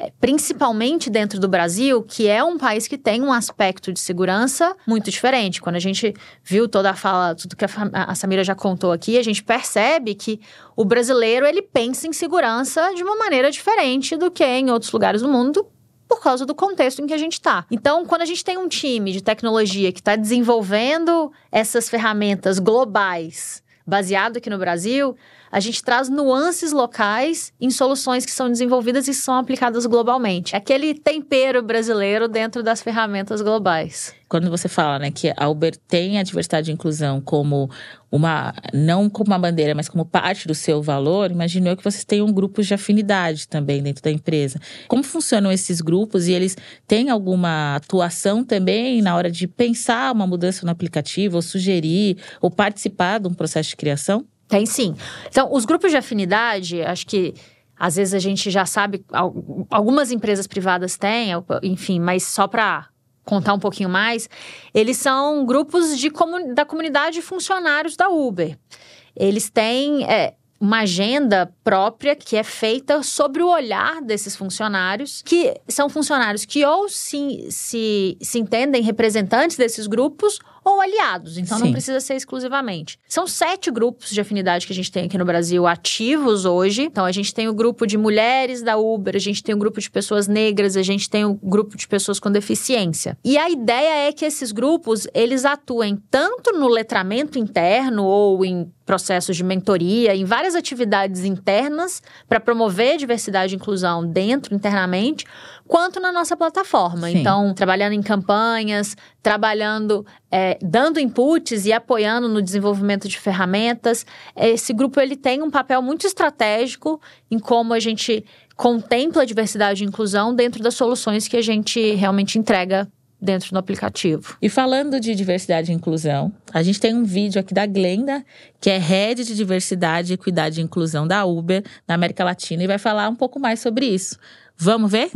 principalmente dentro do Brasil, que é um país que tem um aspecto de segurança muito diferente. Quando a gente viu toda a fala, tudo que a, a Samira já contou aqui, a gente percebe que o brasileiro, ele pensa em segurança de uma maneira diferente do que em outros lugares do mundo, por causa do contexto em que a gente está. Então, quando a gente tem um time de tecnologia que está desenvolvendo essas ferramentas globais, baseado aqui no Brasil, a gente traz nuances locais em soluções que são desenvolvidas e são aplicadas globalmente. Aquele tempero brasileiro dentro das ferramentas globais. Quando você fala, né, que a Uber tem a diversidade e inclusão como uma, não como uma bandeira, mas como parte do seu valor, imagino eu que vocês tenham grupos de afinidade também dentro da empresa. Como funcionam esses grupos e eles têm alguma atuação também na hora de pensar uma mudança no aplicativo, ou sugerir, ou participar de um processo de criação? Tem sim. Então, os grupos de afinidade, acho que às vezes a gente já sabe, algumas empresas privadas têm, enfim, mas só para contar um pouquinho mais, eles são grupos de comun, da comunidade de funcionários da Uber. Eles têm é, uma agenda própria que é feita sobre o olhar desses funcionários, que são funcionários que ou se, se, se entendem representantes desses grupos ou aliados, então Sim. não precisa ser exclusivamente. São sete grupos de afinidade que a gente tem aqui no Brasil ativos hoje. Então, a gente tem o grupo de mulheres da Uber, a gente tem o grupo de pessoas negras, a gente tem o grupo de pessoas com deficiência. E a ideia é que esses grupos, eles atuem tanto no letramento interno ou em processos de mentoria, em várias atividades internas para promover diversidade e inclusão dentro, internamente, quanto na nossa plataforma. Sim. Então, trabalhando em campanhas, trabalhando, é, dando inputs e apoiando no desenvolvimento de ferramentas. Esse grupo ele tem um papel muito estratégico em como a gente contempla a diversidade e inclusão dentro das soluções que a gente realmente entrega dentro do aplicativo. E falando de diversidade e inclusão, a gente tem um vídeo aqui da Glenda, que é Head de Diversidade, Equidade e Inclusão da Uber na América Latina, e vai falar um pouco mais sobre isso. Vamos ver?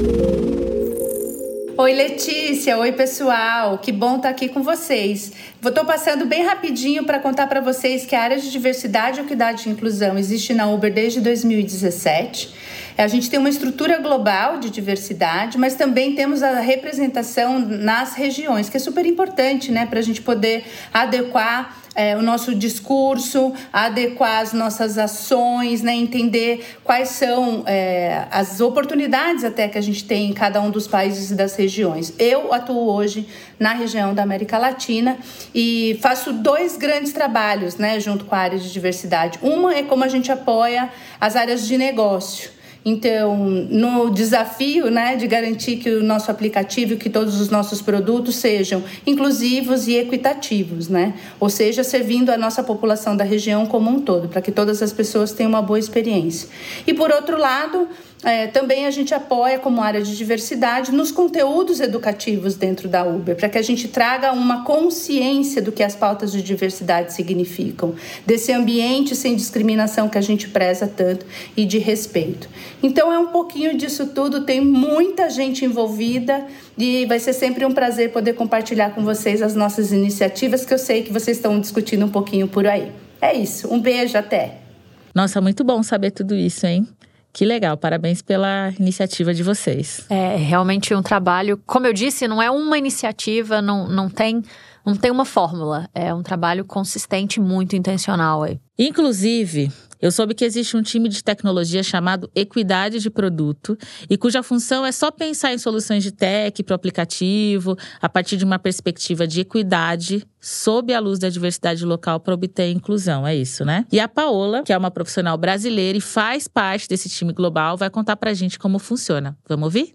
Oi, Letícia. Oi, pessoal. Que bom estar aqui com vocês. Estou passando bem rapidinho para contar para vocês que a área de diversidade, equidade e inclusão existe na Uber desde dois mil e dezessete. A gente tem uma estrutura global de diversidade, mas também temos a representação nas regiões, que é super importante, né, para a gente poder adequar É, o nosso discurso, adequar as nossas ações, né, entender quais são é, as oportunidades até que a gente tem em cada um dos países e das regiões. Eu atuo hoje na região da América Latina e faço dois grandes trabalhos, né, junto com a área de diversidade. Uma é como a gente apoia as áreas de negócio. Então, no desafio, né, de garantir que o nosso aplicativo, que todos os nossos produtos sejam inclusivos e equitativos, né? Ou seja, servindo a nossa população da região como um todo, para que todas as pessoas tenham uma boa experiência. E, por outro lado, é, também a gente apoia como área de diversidade nos conteúdos educativos dentro da Uber, para que a gente traga uma consciência do que as pautas de diversidade significam, desse ambiente sem discriminação que a gente preza tanto e de respeito. Então é um pouquinho disso tudo, tem muita gente envolvida e vai ser sempre um prazer poder compartilhar com vocês as nossas iniciativas, que eu sei que vocês estão discutindo um pouquinho por aí. É isso, um beijo, até! Nossa, muito bom saber tudo isso, hein? Que legal, parabéns pela iniciativa de vocês. É realmente um trabalho, como eu disse, não é uma iniciativa, não, não, tem, não tem uma fórmula. É um trabalho consistente e muito intencional aí. Inclusive, eu soube que existe um time de tecnologia chamado Equidade de Produto e cuja função é só pensar em soluções de tech para o aplicativo a partir de uma perspectiva de equidade sob a luz da diversidade local para obter a inclusão, é isso, né? E a Paola, que é uma profissional brasileira e faz parte desse time global, vai contar pra gente como funciona. Vamos ouvir?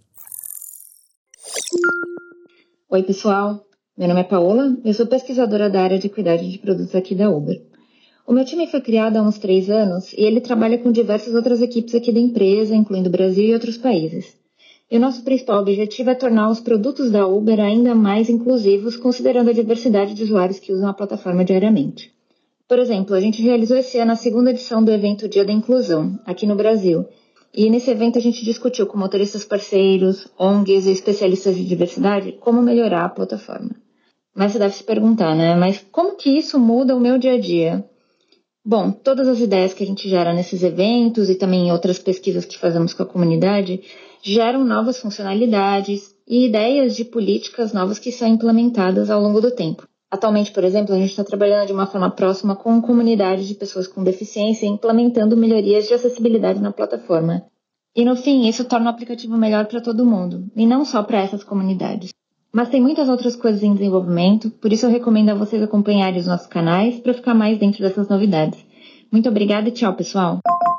Oi, pessoal. Meu nome é Paola, eu sou pesquisadora da área de equidade de produtos aqui da Uber. O meu time foi criado há uns três anos e ele trabalha com diversas outras equipes aqui da empresa, incluindo o Brasil e outros países. E o nosso principal objetivo é tornar os produtos da Uber ainda mais inclusivos, considerando a diversidade de usuários que usam a plataforma diariamente. Por exemplo, a gente realizou esse ano a segunda edição do evento Dia da Inclusão, aqui no Brasil. E nesse evento a gente discutiu com motoristas parceiros, O N Gs e especialistas de diversidade como melhorar a plataforma. Mas você deve se perguntar, né? Mas como que isso muda o meu dia a dia? Bom, todas as ideias que a gente gera nesses eventos e também em outras pesquisas que fazemos com a comunidade geram novas funcionalidades e ideias de políticas novas que são implementadas ao longo do tempo. Atualmente, por exemplo, a gente está trabalhando de uma forma próxima com comunidades de pessoas com deficiência, implementando melhorias de acessibilidade na plataforma. E no fim, isso torna o aplicativo melhor para todo mundo, e não só para essas comunidades. Mas tem muitas outras coisas em desenvolvimento, por isso eu recomendo a vocês acompanharem os nossos canais para ficar mais dentro dessas novidades. Muito obrigada e tchau, pessoal!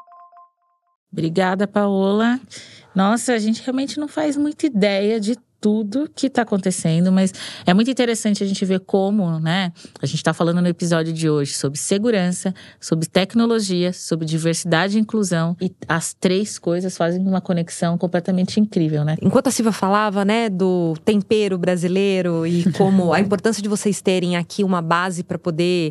Obrigada, Paola. Nossa, a gente realmente não faz muita ideia de tudo que está acontecendo, mas é muito interessante a gente ver como, né? A gente está falando no episódio de hoje sobre segurança, sobre tecnologia, sobre diversidade e inclusão, e as três coisas fazem uma conexão completamente incrível, né? Enquanto a Silvia falava, né, do tempero brasileiro e como a importância de vocês terem aqui uma base para poder,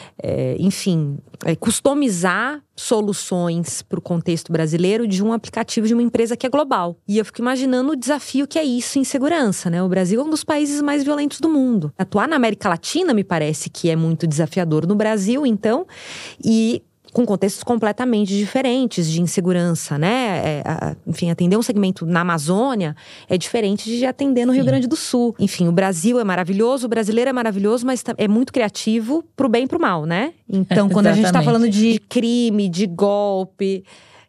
é, enfim, é, customizar soluções para o contexto brasileiro de um aplicativo de uma empresa que é global. E eu fico imaginando o desafio que é isso em segurança, né? O Brasil é um dos países mais violentos do mundo. Atuar na América Latina me parece que é muito desafiador no Brasil, então, e com contextos completamente diferentes de insegurança, né? É, a, enfim, atender um segmento na Amazônia é diferente de atender no Sim. Rio Grande do Sul. Enfim, o Brasil é maravilhoso, o brasileiro é maravilhoso, mas é muito criativo pro bem e pro mal, né? Então, quando a gente tá falando de crime, de golpe,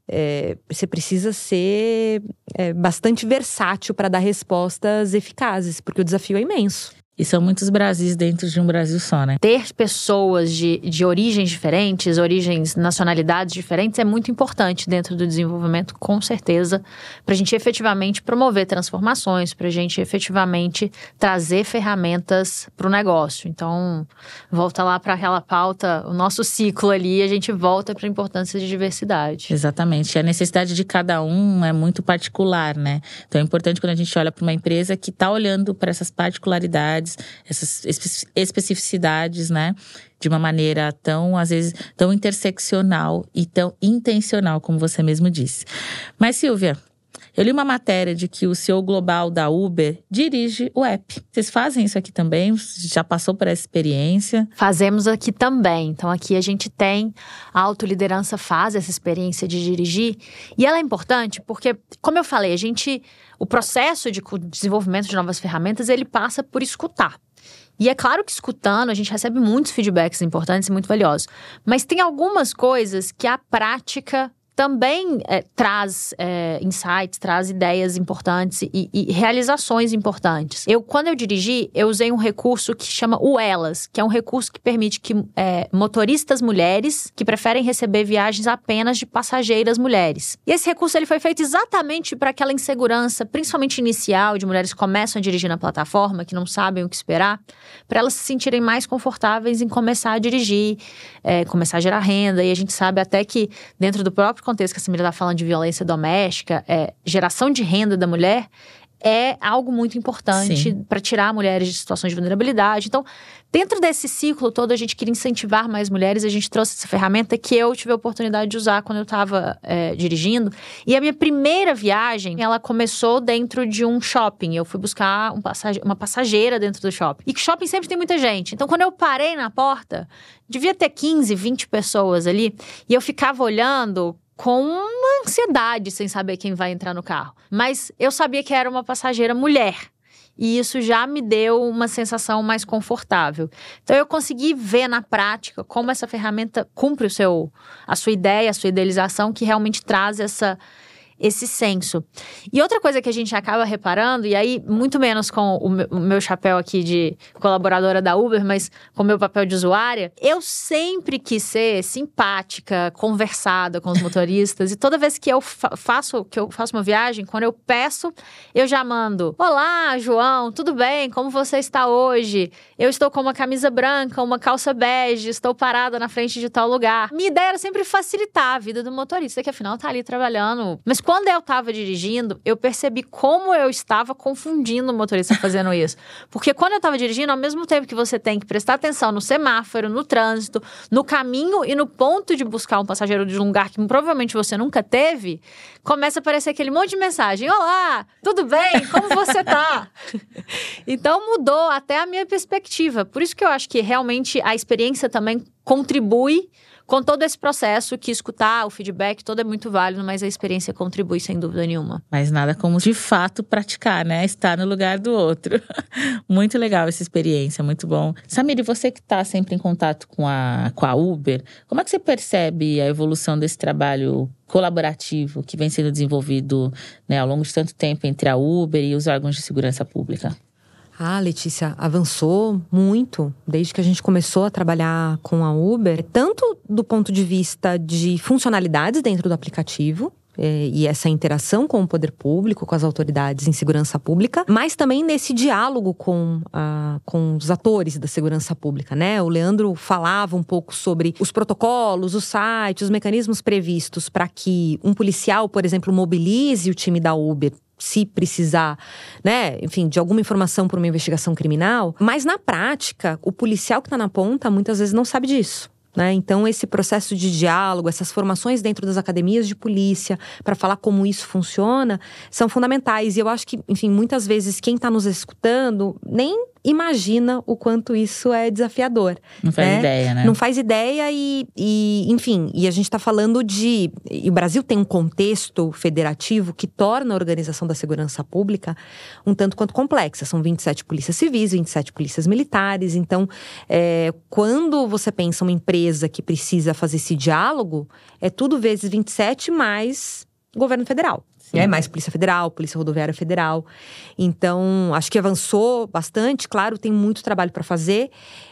é, você precisa ser é, bastante versátil para dar respostas eficazes, porque o desafio é imenso. E são muitos Brasis dentro de um Brasil só, né? Ter pessoas de, de origens diferentes, origens, nacionalidades diferentes é muito importante dentro do desenvolvimento, com certeza, para a gente efetivamente promover transformações, para a gente efetivamente trazer ferramentas para o negócio. Então, volta lá para aquela pauta, o nosso ciclo ali, a gente volta para a importância de diversidade. Exatamente. E a necessidade de cada um é muito particular, né? Então, é importante quando a gente olha para uma empresa que está olhando para essas particularidades, essas especificidades, né? De uma maneira tão, às vezes, tão interseccional e tão intencional, como você mesmo disse. Mas, Silvia, eu li uma matéria de que o C E O global da Uber dirige o app. Vocês fazem isso aqui também? Já passou por essa experiência? Fazemos aqui também. Então, aqui a gente tem a autoliderança faz essa experiência de dirigir. E ela é importante porque, como eu falei, a gente... O processo de desenvolvimento de novas ferramentas, ele passa por escutar. E é claro que escutando, a gente recebe muitos feedbacks importantes e muito valiosos. Mas tem algumas coisas que a prática também é, traz é, insights, traz ideias importantes e, e realizações importantes. Eu, quando eu dirigi, eu usei um recurso que chama o Elas, que é um recurso que permite que é, motoristas mulheres que preferem receber viagens apenas de passageiras mulheres. E esse recurso ele foi feito exatamente para aquela insegurança, principalmente inicial, de mulheres que começam a dirigir na plataforma, que não sabem o que esperar, para elas se sentirem mais confortáveis em começar a dirigir, é, começar a gerar renda. E a gente sabe até que dentro do próprio contexto que a Samira está falando de violência doméstica, é, geração de renda da mulher é algo muito importante para tirar mulheres de situações de vulnerabilidade. Então, dentro desse ciclo todo, a gente queria incentivar mais mulheres. A gente trouxe essa ferramenta que eu tive a oportunidade de usar quando eu estava é, dirigindo. E a minha primeira viagem, ela começou dentro de um shopping. Eu fui buscar um passage- uma passageira dentro do shopping. E que shopping sempre tem muita gente. Então, quando eu parei na porta, devia ter quinze, vinte pessoas ali. E eu ficava olhando com uma ansiedade, sem saber quem vai entrar no carro. Mas eu sabia que era uma passageira mulher. E isso já me deu uma sensação mais confortável. Então, eu consegui ver na prática como essa ferramenta cumpre o seu, a sua ideia, a sua idealização, que realmente traz essa... esse senso. E outra coisa que a gente acaba reparando, e aí muito menos com o meu, o meu chapéu aqui de colaboradora da Uber, mas com o meu papel de usuária, eu sempre quis ser simpática, conversada com os motoristas, e toda vez que eu fa- faço que eu faço uma viagem, quando eu peço, eu já mando: olá, João, tudo bem? Como você está hoje? Eu estou com uma camisa branca, uma calça bege, estou parada na frente de tal lugar. Minha ideia era sempre facilitar a vida do motorista, que afinal tá ali trabalhando. Mas quando eu estava dirigindo, eu percebi como eu estava confundindo o motorista fazendo isso. Porque quando eu estava dirigindo, ao mesmo tempo que você tem que prestar atenção no semáforo, no trânsito, no caminho e no ponto de buscar um passageiro de um lugar que provavelmente você nunca teve, começa a aparecer aquele monte de mensagem: olá, tudo bem? Como você tá? Então mudou até a minha perspectiva. Por isso que eu acho que realmente a experiência também contribui com todo esse processo que escutar, o feedback, todo é muito válido, mas a experiência contribui sem dúvida nenhuma. Mas nada como de fato praticar, né? Estar no lugar do outro. Muito legal essa experiência, muito bom. Samir, e você que está sempre em contato com a, com a Uber, como é que você percebe a evolução desse trabalho colaborativo que vem sendo desenvolvido, né, ao longo de tanto tempo entre a Uber e os órgãos de segurança pública? Ah, Letícia, avançou muito desde que a gente começou a trabalhar com a Uber, tanto do ponto de vista de funcionalidades dentro do aplicativo, É, e essa interação com o poder público, com as autoridades em segurança pública, mas também nesse diálogo com, a, com os atores da segurança pública, né? O Leandro falava um pouco sobre os protocolos, os sites, os mecanismos previstos para que um policial, por exemplo, mobilize o time da Uber se precisar, né, enfim, de alguma informação para uma investigação criminal. Mas na prática, o policial que está na ponta muitas vezes não sabe disso. Né? Então, esse processo de diálogo, essas formações dentro das academias de polícia para falar como isso funciona, são fundamentais. E eu acho que, enfim, muitas vezes quem está nos escutando nem imagina o quanto isso é desafiador. Não faz né? ideia, né? Não faz ideia e, e enfim, e a gente está falando de… E o Brasil tem um contexto federativo que torna a organização da segurança pública um tanto quanto complexa. São vinte e sete polícias civis, vinte e sete polícias militares. Então, é, quando você pensa uma empresa que precisa fazer esse diálogo, é tudo vezes vinte e sete mais governo federal. É mais Polícia Federal, Polícia Rodoviária Federal. Então, acho que avançou bastante. Claro, tem muito trabalho para fazer.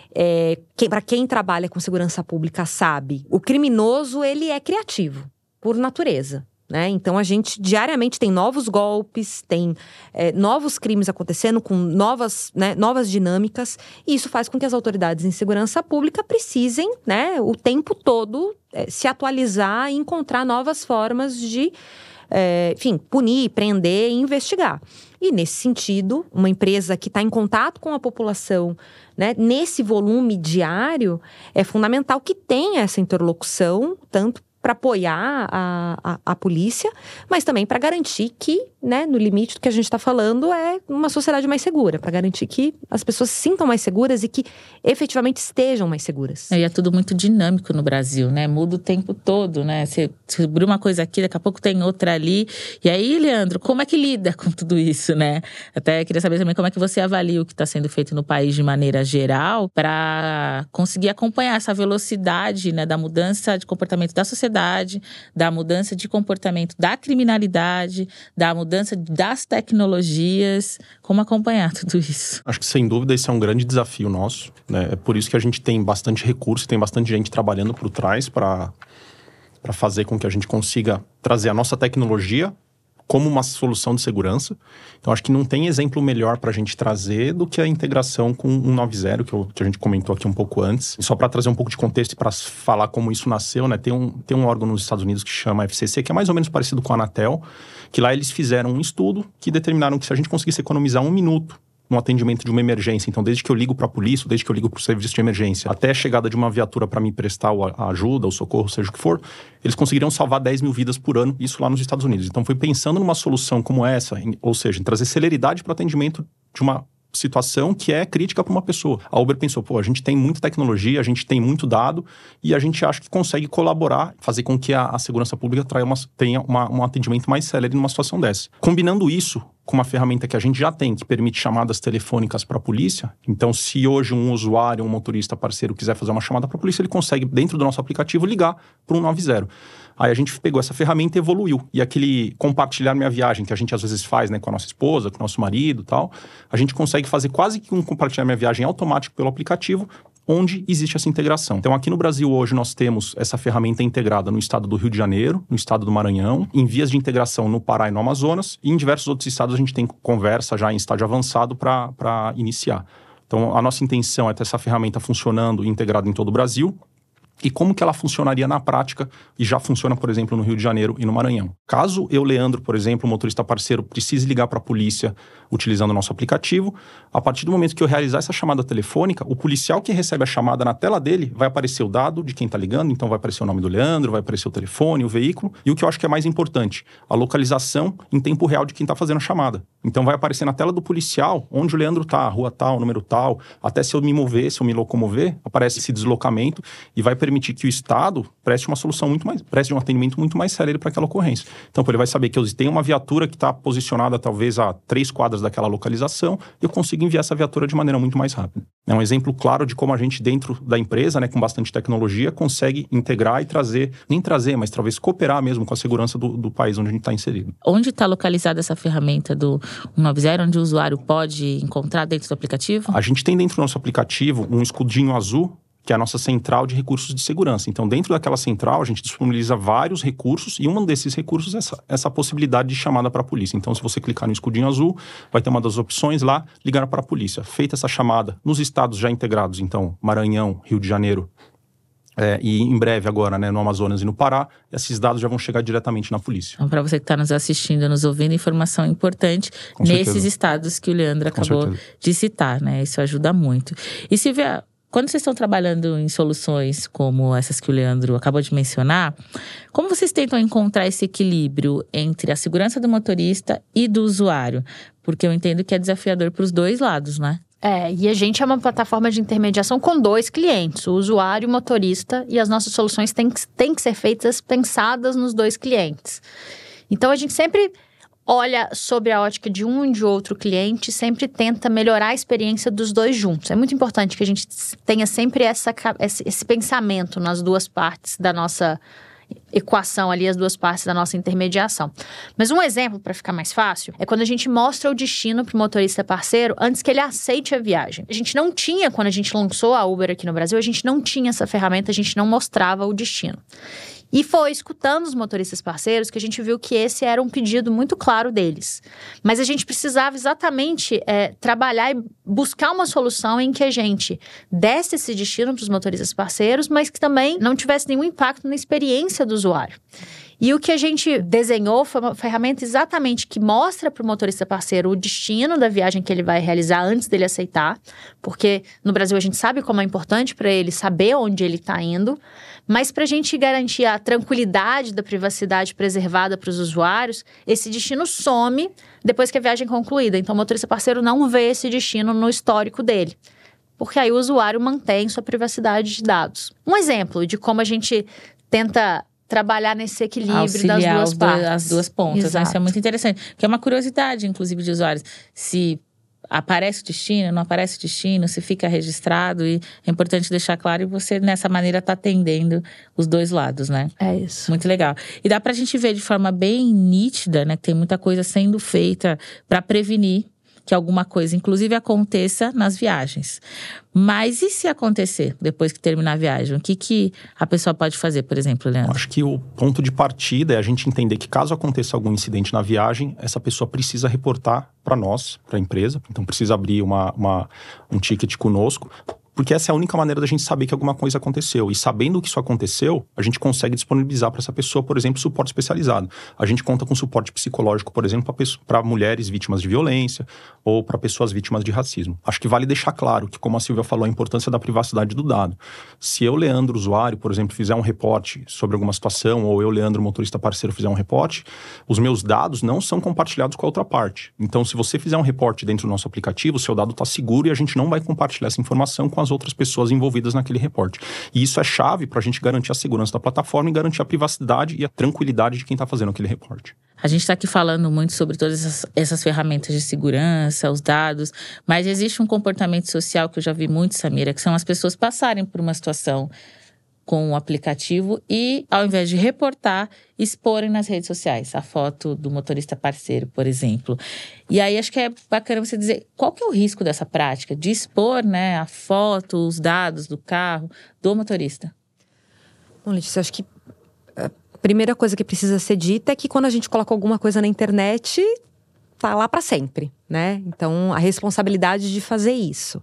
É, para quem trabalha com segurança pública sabe, o criminoso, ele é criativo, por natureza. Né? Então, a gente diariamente tem novos golpes, tem é, novos crimes acontecendo com novas, né, novas dinâmicas. E isso faz com que as autoridades em segurança pública precisem, né, o tempo todo é, se atualizar e encontrar novas formas de… É, enfim, punir, prender e investigar. E, nesse sentido, uma empresa que está em contato com a população, né, nesse volume diário, é fundamental que tenha essa interlocução, tanto para apoiar a, a, a polícia, mas também para garantir que, né, no limite do que a gente está falando, é uma sociedade mais segura, para garantir que as pessoas se sintam mais seguras e que efetivamente estejam mais seguras. E é tudo muito dinâmico no Brasil, né? Muda o tempo todo, né? Você descobriu uma coisa aqui, daqui a pouco tem outra ali. E aí, Leandro, como é que lida com tudo isso, né? Até queria saber também como é que você avalia o que está sendo feito no país de maneira geral para conseguir acompanhar essa velocidade, né, da mudança de comportamento da sociedade, da mudança de comportamento da criminalidade, da mudança das tecnologias. Como acompanhar tudo isso? Acho que, sem dúvida, esse é um grande desafio nosso, né? É por isso que a gente tem bastante recurso, tem bastante gente trabalhando por trás para para fazer com que a gente consiga trazer a nossa tecnologia como uma solução de segurança. Então, acho que não tem exemplo melhor para a gente trazer do que a integração com o cento e noventa, que, eu, que a gente comentou aqui um pouco antes. E só para trazer um pouco de contexto e para falar como isso nasceu, né? Tem um, tem um órgão nos Estados Unidos que chama F C C, que é mais ou menos parecido com a Anatel, que lá eles fizeram um estudo que determinaram que se a gente conseguisse economizar um minuto no atendimento de uma emergência. Então, desde que eu ligo para a polícia, desde que eu ligo para o serviço de emergência, até a chegada de uma viatura para me prestar a ajuda, o socorro, seja o que for, eles conseguiriam salvar dez mil vidas por ano, isso lá nos Estados Unidos. Então, foi pensando numa solução como essa, em, ou seja, em trazer celeridade para o atendimento de uma situação que é crítica para uma pessoa. A Uber pensou, pô, a gente tem muita tecnologia, a gente tem muito dado e a gente acha que consegue colaborar, fazer com que a, a segurança pública traia uma, tenha uma, um atendimento mais célere numa situação dessa. Combinando isso com uma ferramenta que a gente já tem, que permite chamadas telefônicas para a polícia. Então, se hoje um usuário, um motorista parceiro quiser fazer uma chamada para a polícia, ele consegue, dentro do nosso aplicativo, ligar para o cento e noventa. Aí a gente pegou essa ferramenta e evoluiu. E aquele compartilhar minha viagem, que a gente às vezes faz, né, com a nossa esposa, com o nosso marido e tal, a gente consegue fazer quase que um compartilhar minha viagem automático pelo aplicativo, onde existe essa integração. Então, aqui no Brasil, hoje, nós temos essa ferramenta integrada no estado do Rio de Janeiro, no estado do Maranhão, em vias de integração no Pará e no Amazonas, e em diversos outros estados a gente tem conversa já em estágio avançado para iniciar. Então, a nossa intenção é ter essa ferramenta funcionando e integrada em todo o Brasil. E como que ela funcionaria na prática, e já funciona, por exemplo, no Rio de Janeiro e no Maranhão. Caso eu, Leandro, por exemplo, motorista parceiro, precise ligar para a polícia utilizando o nosso aplicativo, a partir do momento que eu realizar essa chamada telefônica, o policial que recebe a chamada na tela dele, vai aparecer o dado de quem está ligando, então vai aparecer o nome do Leandro, vai aparecer o telefone, o veículo, e o que eu acho que é mais importante, a localização em tempo real de quem está fazendo a chamada. Então vai aparecer na tela do policial onde o Leandro está, rua tal, número tal, até se eu me mover, se eu me locomover, aparece esse deslocamento e vai permitir permitir que o Estado preste uma solução muito mais, preste um atendimento muito mais célere para aquela ocorrência. Então, ele vai saber que eu tenho uma viatura que está posicionada talvez a três quadras daquela localização e eu consigo enviar essa viatura de maneira muito mais rápida. É um exemplo claro de como a gente, dentro da empresa, né, com bastante tecnologia, consegue integrar e trazer, nem trazer, mas talvez cooperar mesmo com a segurança do, do país onde a gente está inserido. Onde está localizada essa ferramenta do cento e noventa, onde o usuário pode encontrar dentro do aplicativo? A gente tem dentro do nosso aplicativo um escudinho azul, que é a nossa central de recursos de segurança. Então, dentro daquela central, a gente disponibiliza vários recursos e um desses recursos é essa, essa possibilidade de chamada para a polícia. Então, se você clicar no escudinho azul, vai ter uma das opções lá, ligar para a polícia. Feita essa chamada nos estados já integrados, então, Maranhão, Rio de Janeiro, é, e em breve agora, né, no Amazonas e no Pará, esses dados já vão chegar diretamente na polícia. Então, para você que está nos assistindo, nos ouvindo, informação importante Com nesses certeza. estados que o Leandro Com acabou certeza. de citar, né? Isso ajuda muito. E Silvia, quando vocês estão trabalhando em soluções como essas que o Leandro acabou de mencionar, como vocês tentam encontrar esse equilíbrio entre a segurança do motorista e do usuário? Porque eu entendo que é desafiador para os dois lados, né? É, e a gente é uma plataforma de intermediação com dois clientes, o usuário e o motorista, e as nossas soluções têm que, têm que ser feitas pensadas nos dois clientes. Então, a gente sempre olha sobre a ótica de um e de outro cliente, sempre tenta melhorar a experiência dos dois juntos. É muito importante que a gente tenha sempre essa, esse, esse pensamento nas duas partes da nossa equação ali, as duas partes da nossa intermediação. Mas um exemplo, para ficar mais fácil, é quando a gente mostra o destino para o motorista parceiro antes que ele aceite a viagem. A gente não tinha, quando a gente lançou a Uber aqui no Brasil, a gente não tinha essa ferramenta, a gente não mostrava o destino. E foi escutando os motoristas parceiros que a gente viu que esse era um pedido muito claro deles. Mas a gente precisava exatamente é, trabalhar e buscar uma solução em que a gente desse esse destino para os motoristas parceiros, mas que também não tivesse nenhum impacto na experiência do usuário. E o que a gente desenhou foi uma ferramenta exatamente que mostra para o motorista parceiro o destino da viagem que ele vai realizar antes dele aceitar, porque no Brasil a gente sabe como é importante para ele saber onde ele está indo, mas para a gente garantir a tranquilidade da privacidade preservada para os usuários, esse destino some depois que a viagem é concluída. Então o motorista parceiro não vê esse destino no histórico dele, porque aí o usuário mantém sua privacidade de dados. Um exemplo de como a gente tenta trabalhar nesse equilíbrio Auxiliar das duas os partes. Dois, as duas pontas, Exato. né? Isso é muito interessante. Porque é uma curiosidade, inclusive, de usuários. Se aparece o destino, não aparece o destino, se fica registrado. E é importante deixar claro, e você, nessa maneira, está atendendo os dois lados, né? É isso. Muito legal. E dá pra gente ver de forma bem nítida, né? Que tem muita coisa sendo feita para prevenir que alguma coisa, inclusive, aconteça nas viagens. Mas e se acontecer depois que terminar a viagem? O que, que a pessoa pode fazer, por exemplo, Leandro? Eu acho que o ponto de partida é a gente entender que caso aconteça algum incidente na viagem, essa pessoa precisa reportar para nós, para a empresa. Então precisa abrir uma, uma, um ticket conosco, porque essa é a única maneira da gente saber que alguma coisa aconteceu. E sabendo que isso aconteceu, a gente consegue disponibilizar para essa pessoa, por exemplo, suporte especializado. A gente conta com suporte psicológico, por exemplo, para mulheres vítimas de violência ou para pessoas vítimas de racismo. Acho que vale deixar claro que, como a Silvia falou, a importância da privacidade do dado. Se eu, Leandro, usuário, por exemplo, fizer um reporte sobre alguma situação, ou eu, Leandro, motorista parceiro, fizer um reporte, os meus dados não são compartilhados com a outra parte. Então, se você fizer um reporte dentro do nosso aplicativo, o seu dado está seguro e a gente não vai compartilhar essa informação com as outras pessoas envolvidas naquele reporte. E isso é chave para a gente garantir a segurança da plataforma e garantir a privacidade e a tranquilidade de quem está fazendo aquele reporte. A gente está aqui falando muito sobre todas essas, essas ferramentas de segurança, os dados, mas existe um comportamento social que eu já vi muito, Samira, que são as pessoas passarem por uma situação com o aplicativo e, ao invés de reportar, exporem nas redes sociais a foto do motorista parceiro, por exemplo. E aí, acho que é bacana você dizer qual que é o risco dessa prática de expor, né, a foto, os dados do carro do motorista. Bom, Letícia, acho que a primeira coisa que precisa ser dita é que quando a gente coloca alguma coisa na internet, tá lá para sempre, né? Então, a responsabilidade de fazer isso.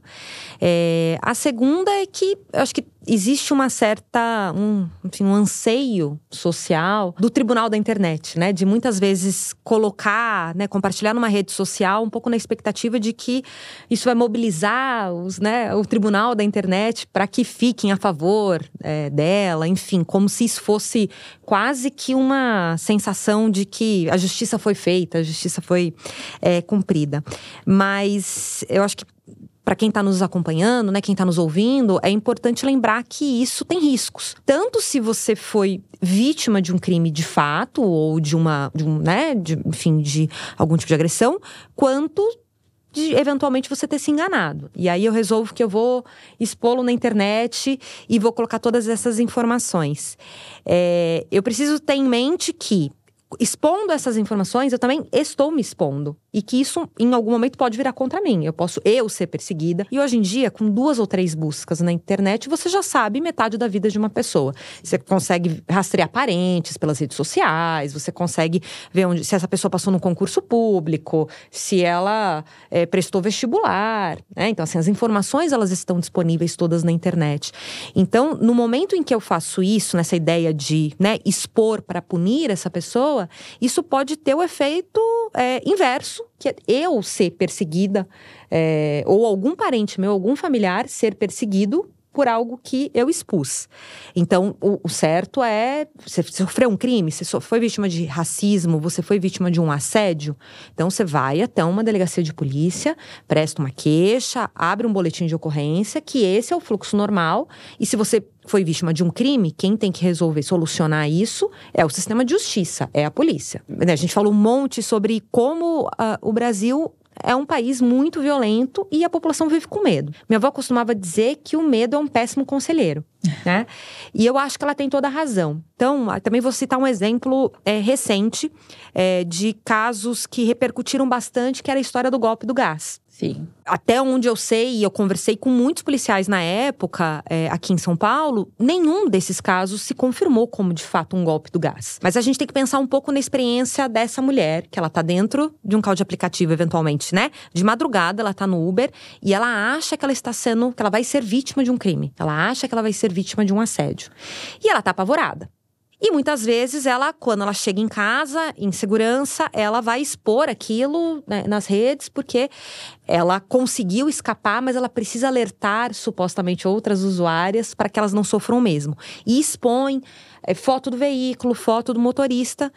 É, a segunda é que, eu acho que existe uma certa, um, enfim, um anseio social do tribunal da internet, né? De muitas vezes colocar, né, compartilhar numa rede social um pouco na expectativa de que isso vai mobilizar os, né, o tribunal da internet para que fiquem a favor é, dela, enfim, como se isso fosse quase que uma sensação de que a justiça foi feita, a justiça foi é, cumprida. Mas eu acho que para quem está nos acompanhando, né, quem está nos ouvindo, é importante lembrar que isso tem riscos. Tanto se você foi vítima de um crime de fato, ou de uma, de um, né, de, enfim, de algum tipo de agressão, quanto de eventualmente você ter se enganado. E aí eu resolvo que eu vou expô-lo na internet e vou colocar todas essas informações. É, eu preciso ter em mente que, expondo essas informações, eu também estou me expondo. E que isso, em algum momento, pode virar contra mim. Eu posso eu ser perseguida. E hoje em dia, com duas ou três buscas na internet, você já sabe metade da vida de uma pessoa. Você consegue rastrear parentes pelas redes sociais, você consegue ver onde, se essa pessoa passou num concurso público, se ela é, prestou vestibular, né? Então, assim, as informações, elas estão disponíveis todas na internet. Então, no momento em que eu faço isso, nessa ideia de, né, expor para punir essa pessoa, isso pode ter o efeito é, inverso, que é eu ser perseguida, é, ou algum parente meu, algum familiar ser perseguido por algo que eu expus. Então, o, o certo é, você sofreu um crime, você foi vítima de racismo, você foi vítima de um assédio, então você vai até uma delegacia de polícia, presta uma queixa, abre um boletim de ocorrência, que esse é o fluxo normal, e se você foi vítima de um crime, quem tem que resolver, solucionar isso é o sistema de justiça, é a polícia. A gente falou um monte sobre como uh, o Brasil é um país muito violento e a população vive com medo. Minha avó costumava dizer que o medo é um péssimo conselheiro, né? E eu acho que ela tem toda a razão. Então, também vou citar um exemplo é, recente é, de casos que repercutiram bastante, que era a história do golpe do gás. Sim. Até onde eu sei, e eu conversei com muitos policiais na época, é, aqui em São Paulo, nenhum desses casos se confirmou como, de fato, um golpe do gás. Mas a gente tem que pensar um pouco na experiência dessa mulher, que ela tá dentro de um carro de aplicativo, eventualmente, né? De madrugada, ela tá no Uber, e ela acha que ela está sendo, que ela vai ser vítima de um crime. Ela acha que ela vai ser vítima de um assédio. E ela tá apavorada. E muitas vezes ela, quando ela chega em casa, em segurança, ela vai expor aquilo, né, nas redes, porque ela conseguiu escapar, mas ela precisa alertar, supostamente, outras usuárias para que elas não sofram o mesmo. E expõe é, foto do veículo, foto do motorista.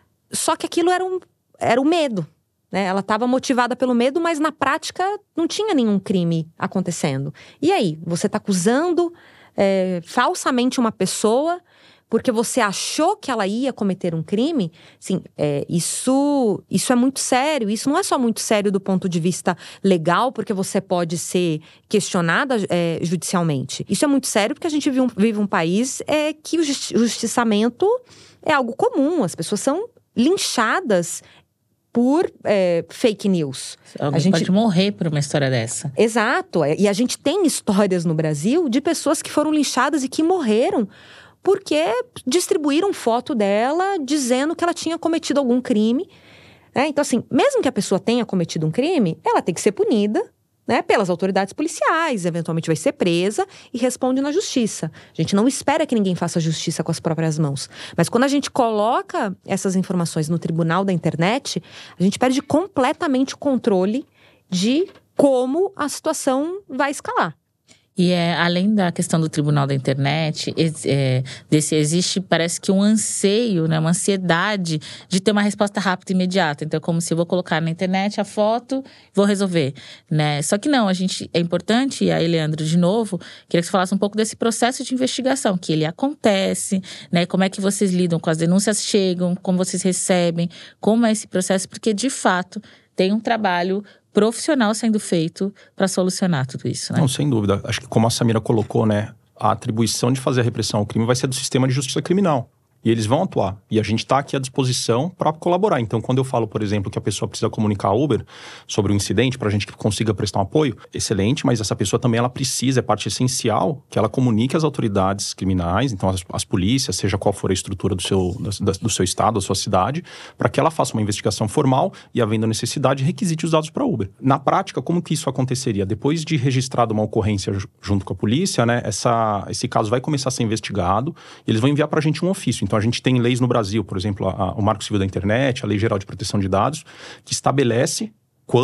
Só que aquilo era um, era um medo, né? Ela estava motivada pelo medo, mas na prática não tinha nenhum crime acontecendo. E aí, você está acusando é, falsamente uma pessoa porque você achou que ela ia cometer um crime? Sim, é, isso, isso é muito sério. Isso não é só muito sério do ponto de vista legal, porque você pode ser questionada é, judicialmente. Isso é muito sério porque a gente vive um, vive um país é, que o justi- justiçamento é algo comum. As pessoas são linchadas por é, fake news. Alguém a gente pode morrer por uma história dessa. Exato. E a gente tem histórias no Brasil de pessoas que foram linchadas e que morreram porque distribuíram foto dela dizendo que ela tinha cometido algum crime. Né? Então, assim, mesmo que a pessoa tenha cometido um crime, ela tem que ser punida, né, pelas autoridades policiais, eventualmente vai ser presa e responde na justiça. A gente não espera que ninguém faça justiça com as próprias mãos. Mas quando a gente coloca essas informações no tribunal da internet, a gente perde completamente o controle de como a situação vai escalar. E é, além da questão do tribunal da internet, é, desse, existe, parece que um anseio, né, uma ansiedade de ter uma resposta rápida e imediata. Então, é como se eu vou colocar na internet a foto, vou resolver, né? Só que não, a gente, é importante, e aí, Leandro, de novo, queria que você falasse um pouco desse processo de investigação, que ele acontece, né? Como é que vocês lidam com as denúncias, chegam, como vocês recebem, como é esse processo, porque, de fato, tem um trabalho profissional sendo feito para solucionar tudo isso, né? Não, sem dúvida. Acho que como a Samira colocou, né, a atribuição de fazer a repressão ao crime vai ser do sistema de justiça criminal. E eles vão atuar. E a gente está aqui à disposição para colaborar. Então, quando eu falo, por exemplo, que a pessoa precisa comunicar a Uber sobre o incidente, para a gente que consiga prestar um apoio, excelente, mas essa pessoa também ela precisa, é parte essencial, que ela comunique às autoridades criminais, então as, as polícias, seja qual for a estrutura do seu, da, do seu estado, da sua cidade, para que ela faça uma investigação formal e, havendo necessidade, requisite os dados para a Uber. Na prática, como que isso aconteceria? Depois de registrada uma ocorrência junto com a polícia, né, essa, esse caso vai começar a ser investigado e eles vão enviar para a gente um ofício. Então, a gente tem leis no Brasil, por exemplo, a, a, o Marco Civil da Internet, a Lei Geral de Proteção de Dados, que estabelece quando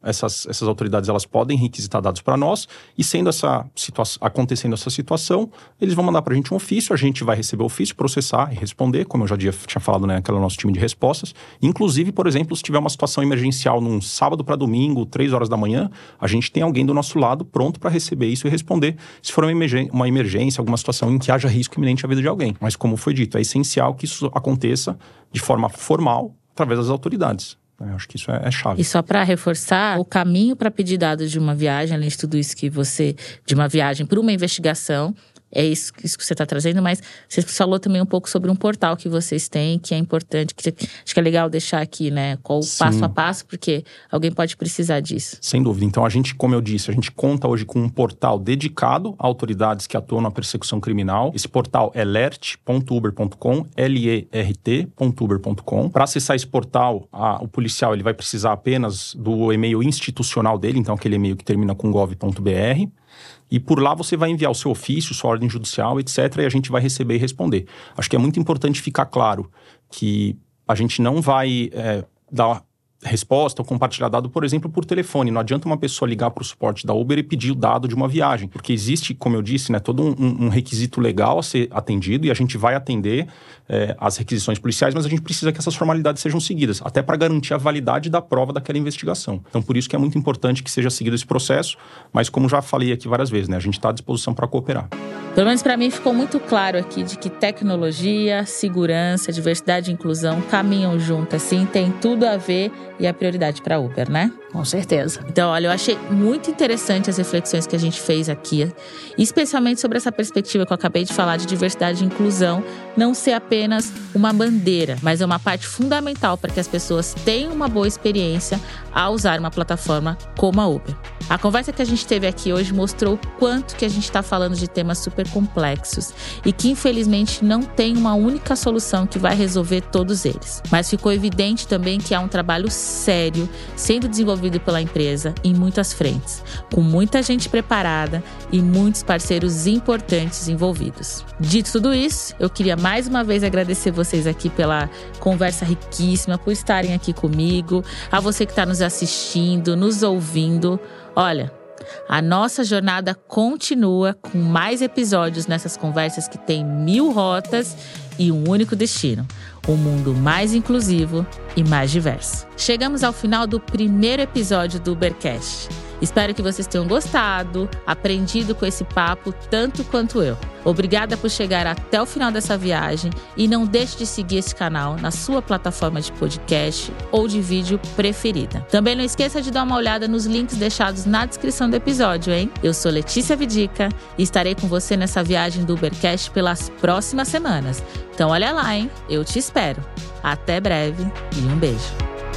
essas, essas autoridades elas podem requisitar dados para nós, e sendo essa situação, acontecendo essa situação, eles vão mandar para a gente um ofício, a gente vai receber o ofício, processar e responder, como eu já tinha falado, né, aquele nosso time de respostas. Inclusive, por exemplo, se tiver uma situação emergencial num sábado para domingo, três horas da manhã, a gente tem alguém do nosso lado pronto para receber isso e responder se for uma emergência, uma emergência, alguma situação em que haja risco iminente à vida de alguém. Mas como foi dito, é essencial que isso aconteça de forma formal através das autoridades. Eu acho que isso é, é chave. E só para reforçar, o caminho para pedir dados de uma viagem, além de tudo isso que você... de uma viagem para uma investigação, é isso, isso que você está trazendo, mas você falou também um pouco sobre um portal que vocês têm, que é importante, que acho que é legal deixar aqui, né? Qual o Sim. passo a passo, porque alguém pode precisar disso. Sem dúvida. Então, a gente, como eu disse, a gente conta hoje com um portal dedicado a autoridades que atuam na persecução criminal. Esse portal é lert ponto uber ponto com, L E R T ponto uber ponto com. Para acessar esse portal, a, o policial ele vai precisar apenas do e-mail institucional dele, então aquele e-mail que termina com gov ponto b r. E por lá você vai enviar o seu ofício, sua ordem judicial, etcétera. E a gente vai receber e responder. Acho que é muito importante ficar claro que a gente não vai é, dar resposta ou compartilhar dado, por exemplo, por telefone. Não adianta uma pessoa ligar para o suporte da Uber e pedir o dado de uma viagem. Porque existe, como eu disse, né, todo um, um requisito legal a ser atendido, e a gente vai atender é, as requisições policiais, mas a gente precisa que essas formalidades sejam seguidas, até para garantir a validade da prova daquela investigação. Então, por isso que é muito importante que seja seguido esse processo, mas como já falei aqui várias vezes, né, a gente está à disposição para cooperar. Pelo menos para mim ficou muito claro aqui de que tecnologia, segurança, diversidade e inclusão caminham juntas, assim, tem tudo a ver e é prioridade para a Uber, né? Com certeza. Então, olha, eu achei muito interessante as reflexões que a gente fez aqui, especialmente sobre essa perspectiva que eu acabei de falar de diversidade e inclusão, não ser apenas uma bandeira, mas é uma parte fundamental para que as pessoas tenham uma boa experiência ao usar uma plataforma como a Uber. A conversa que a gente teve aqui hoje mostrou o quanto que a gente está falando de temas super complexos e que, infelizmente, não tem uma única solução que vai resolver todos eles. Mas ficou evidente também que há um trabalho sério sendo desenvolvido pela empresa em muitas frentes, com muita gente preparada e muitos parceiros importantes envolvidos. Dito tudo isso, eu queria mais uma vez agradecer vocês aqui pela conversa riquíssima, por estarem aqui comigo, a você que está nos assistindo, nos ouvindo. Olha, a nossa jornada continua com mais episódios nessas conversas que têm mil rotas e um único destino: um mundo mais inclusivo e mais diverso. Chegamos ao final do primeiro episódio do Ubercast. Espero que vocês tenham gostado, aprendido com esse papo tanto quanto eu. Obrigada por chegar até o final dessa viagem e não deixe de seguir esse canal na sua plataforma de podcast ou de vídeo preferida. Também não esqueça de dar uma olhada nos links deixados na descrição do episódio, hein? Eu sou Letícia Vidica e estarei com você nessa viagem do Ubercast pelas próximas semanas. Então olha lá, hein? Eu te espero. Até breve e um beijo.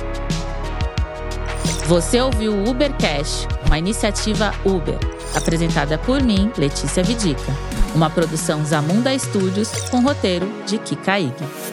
Você ouviu o Ubercast, uma iniciativa Uber, apresentada por mim, Letícia Vidica, uma produção Zamunda Studios com roteiro de Kika Ig.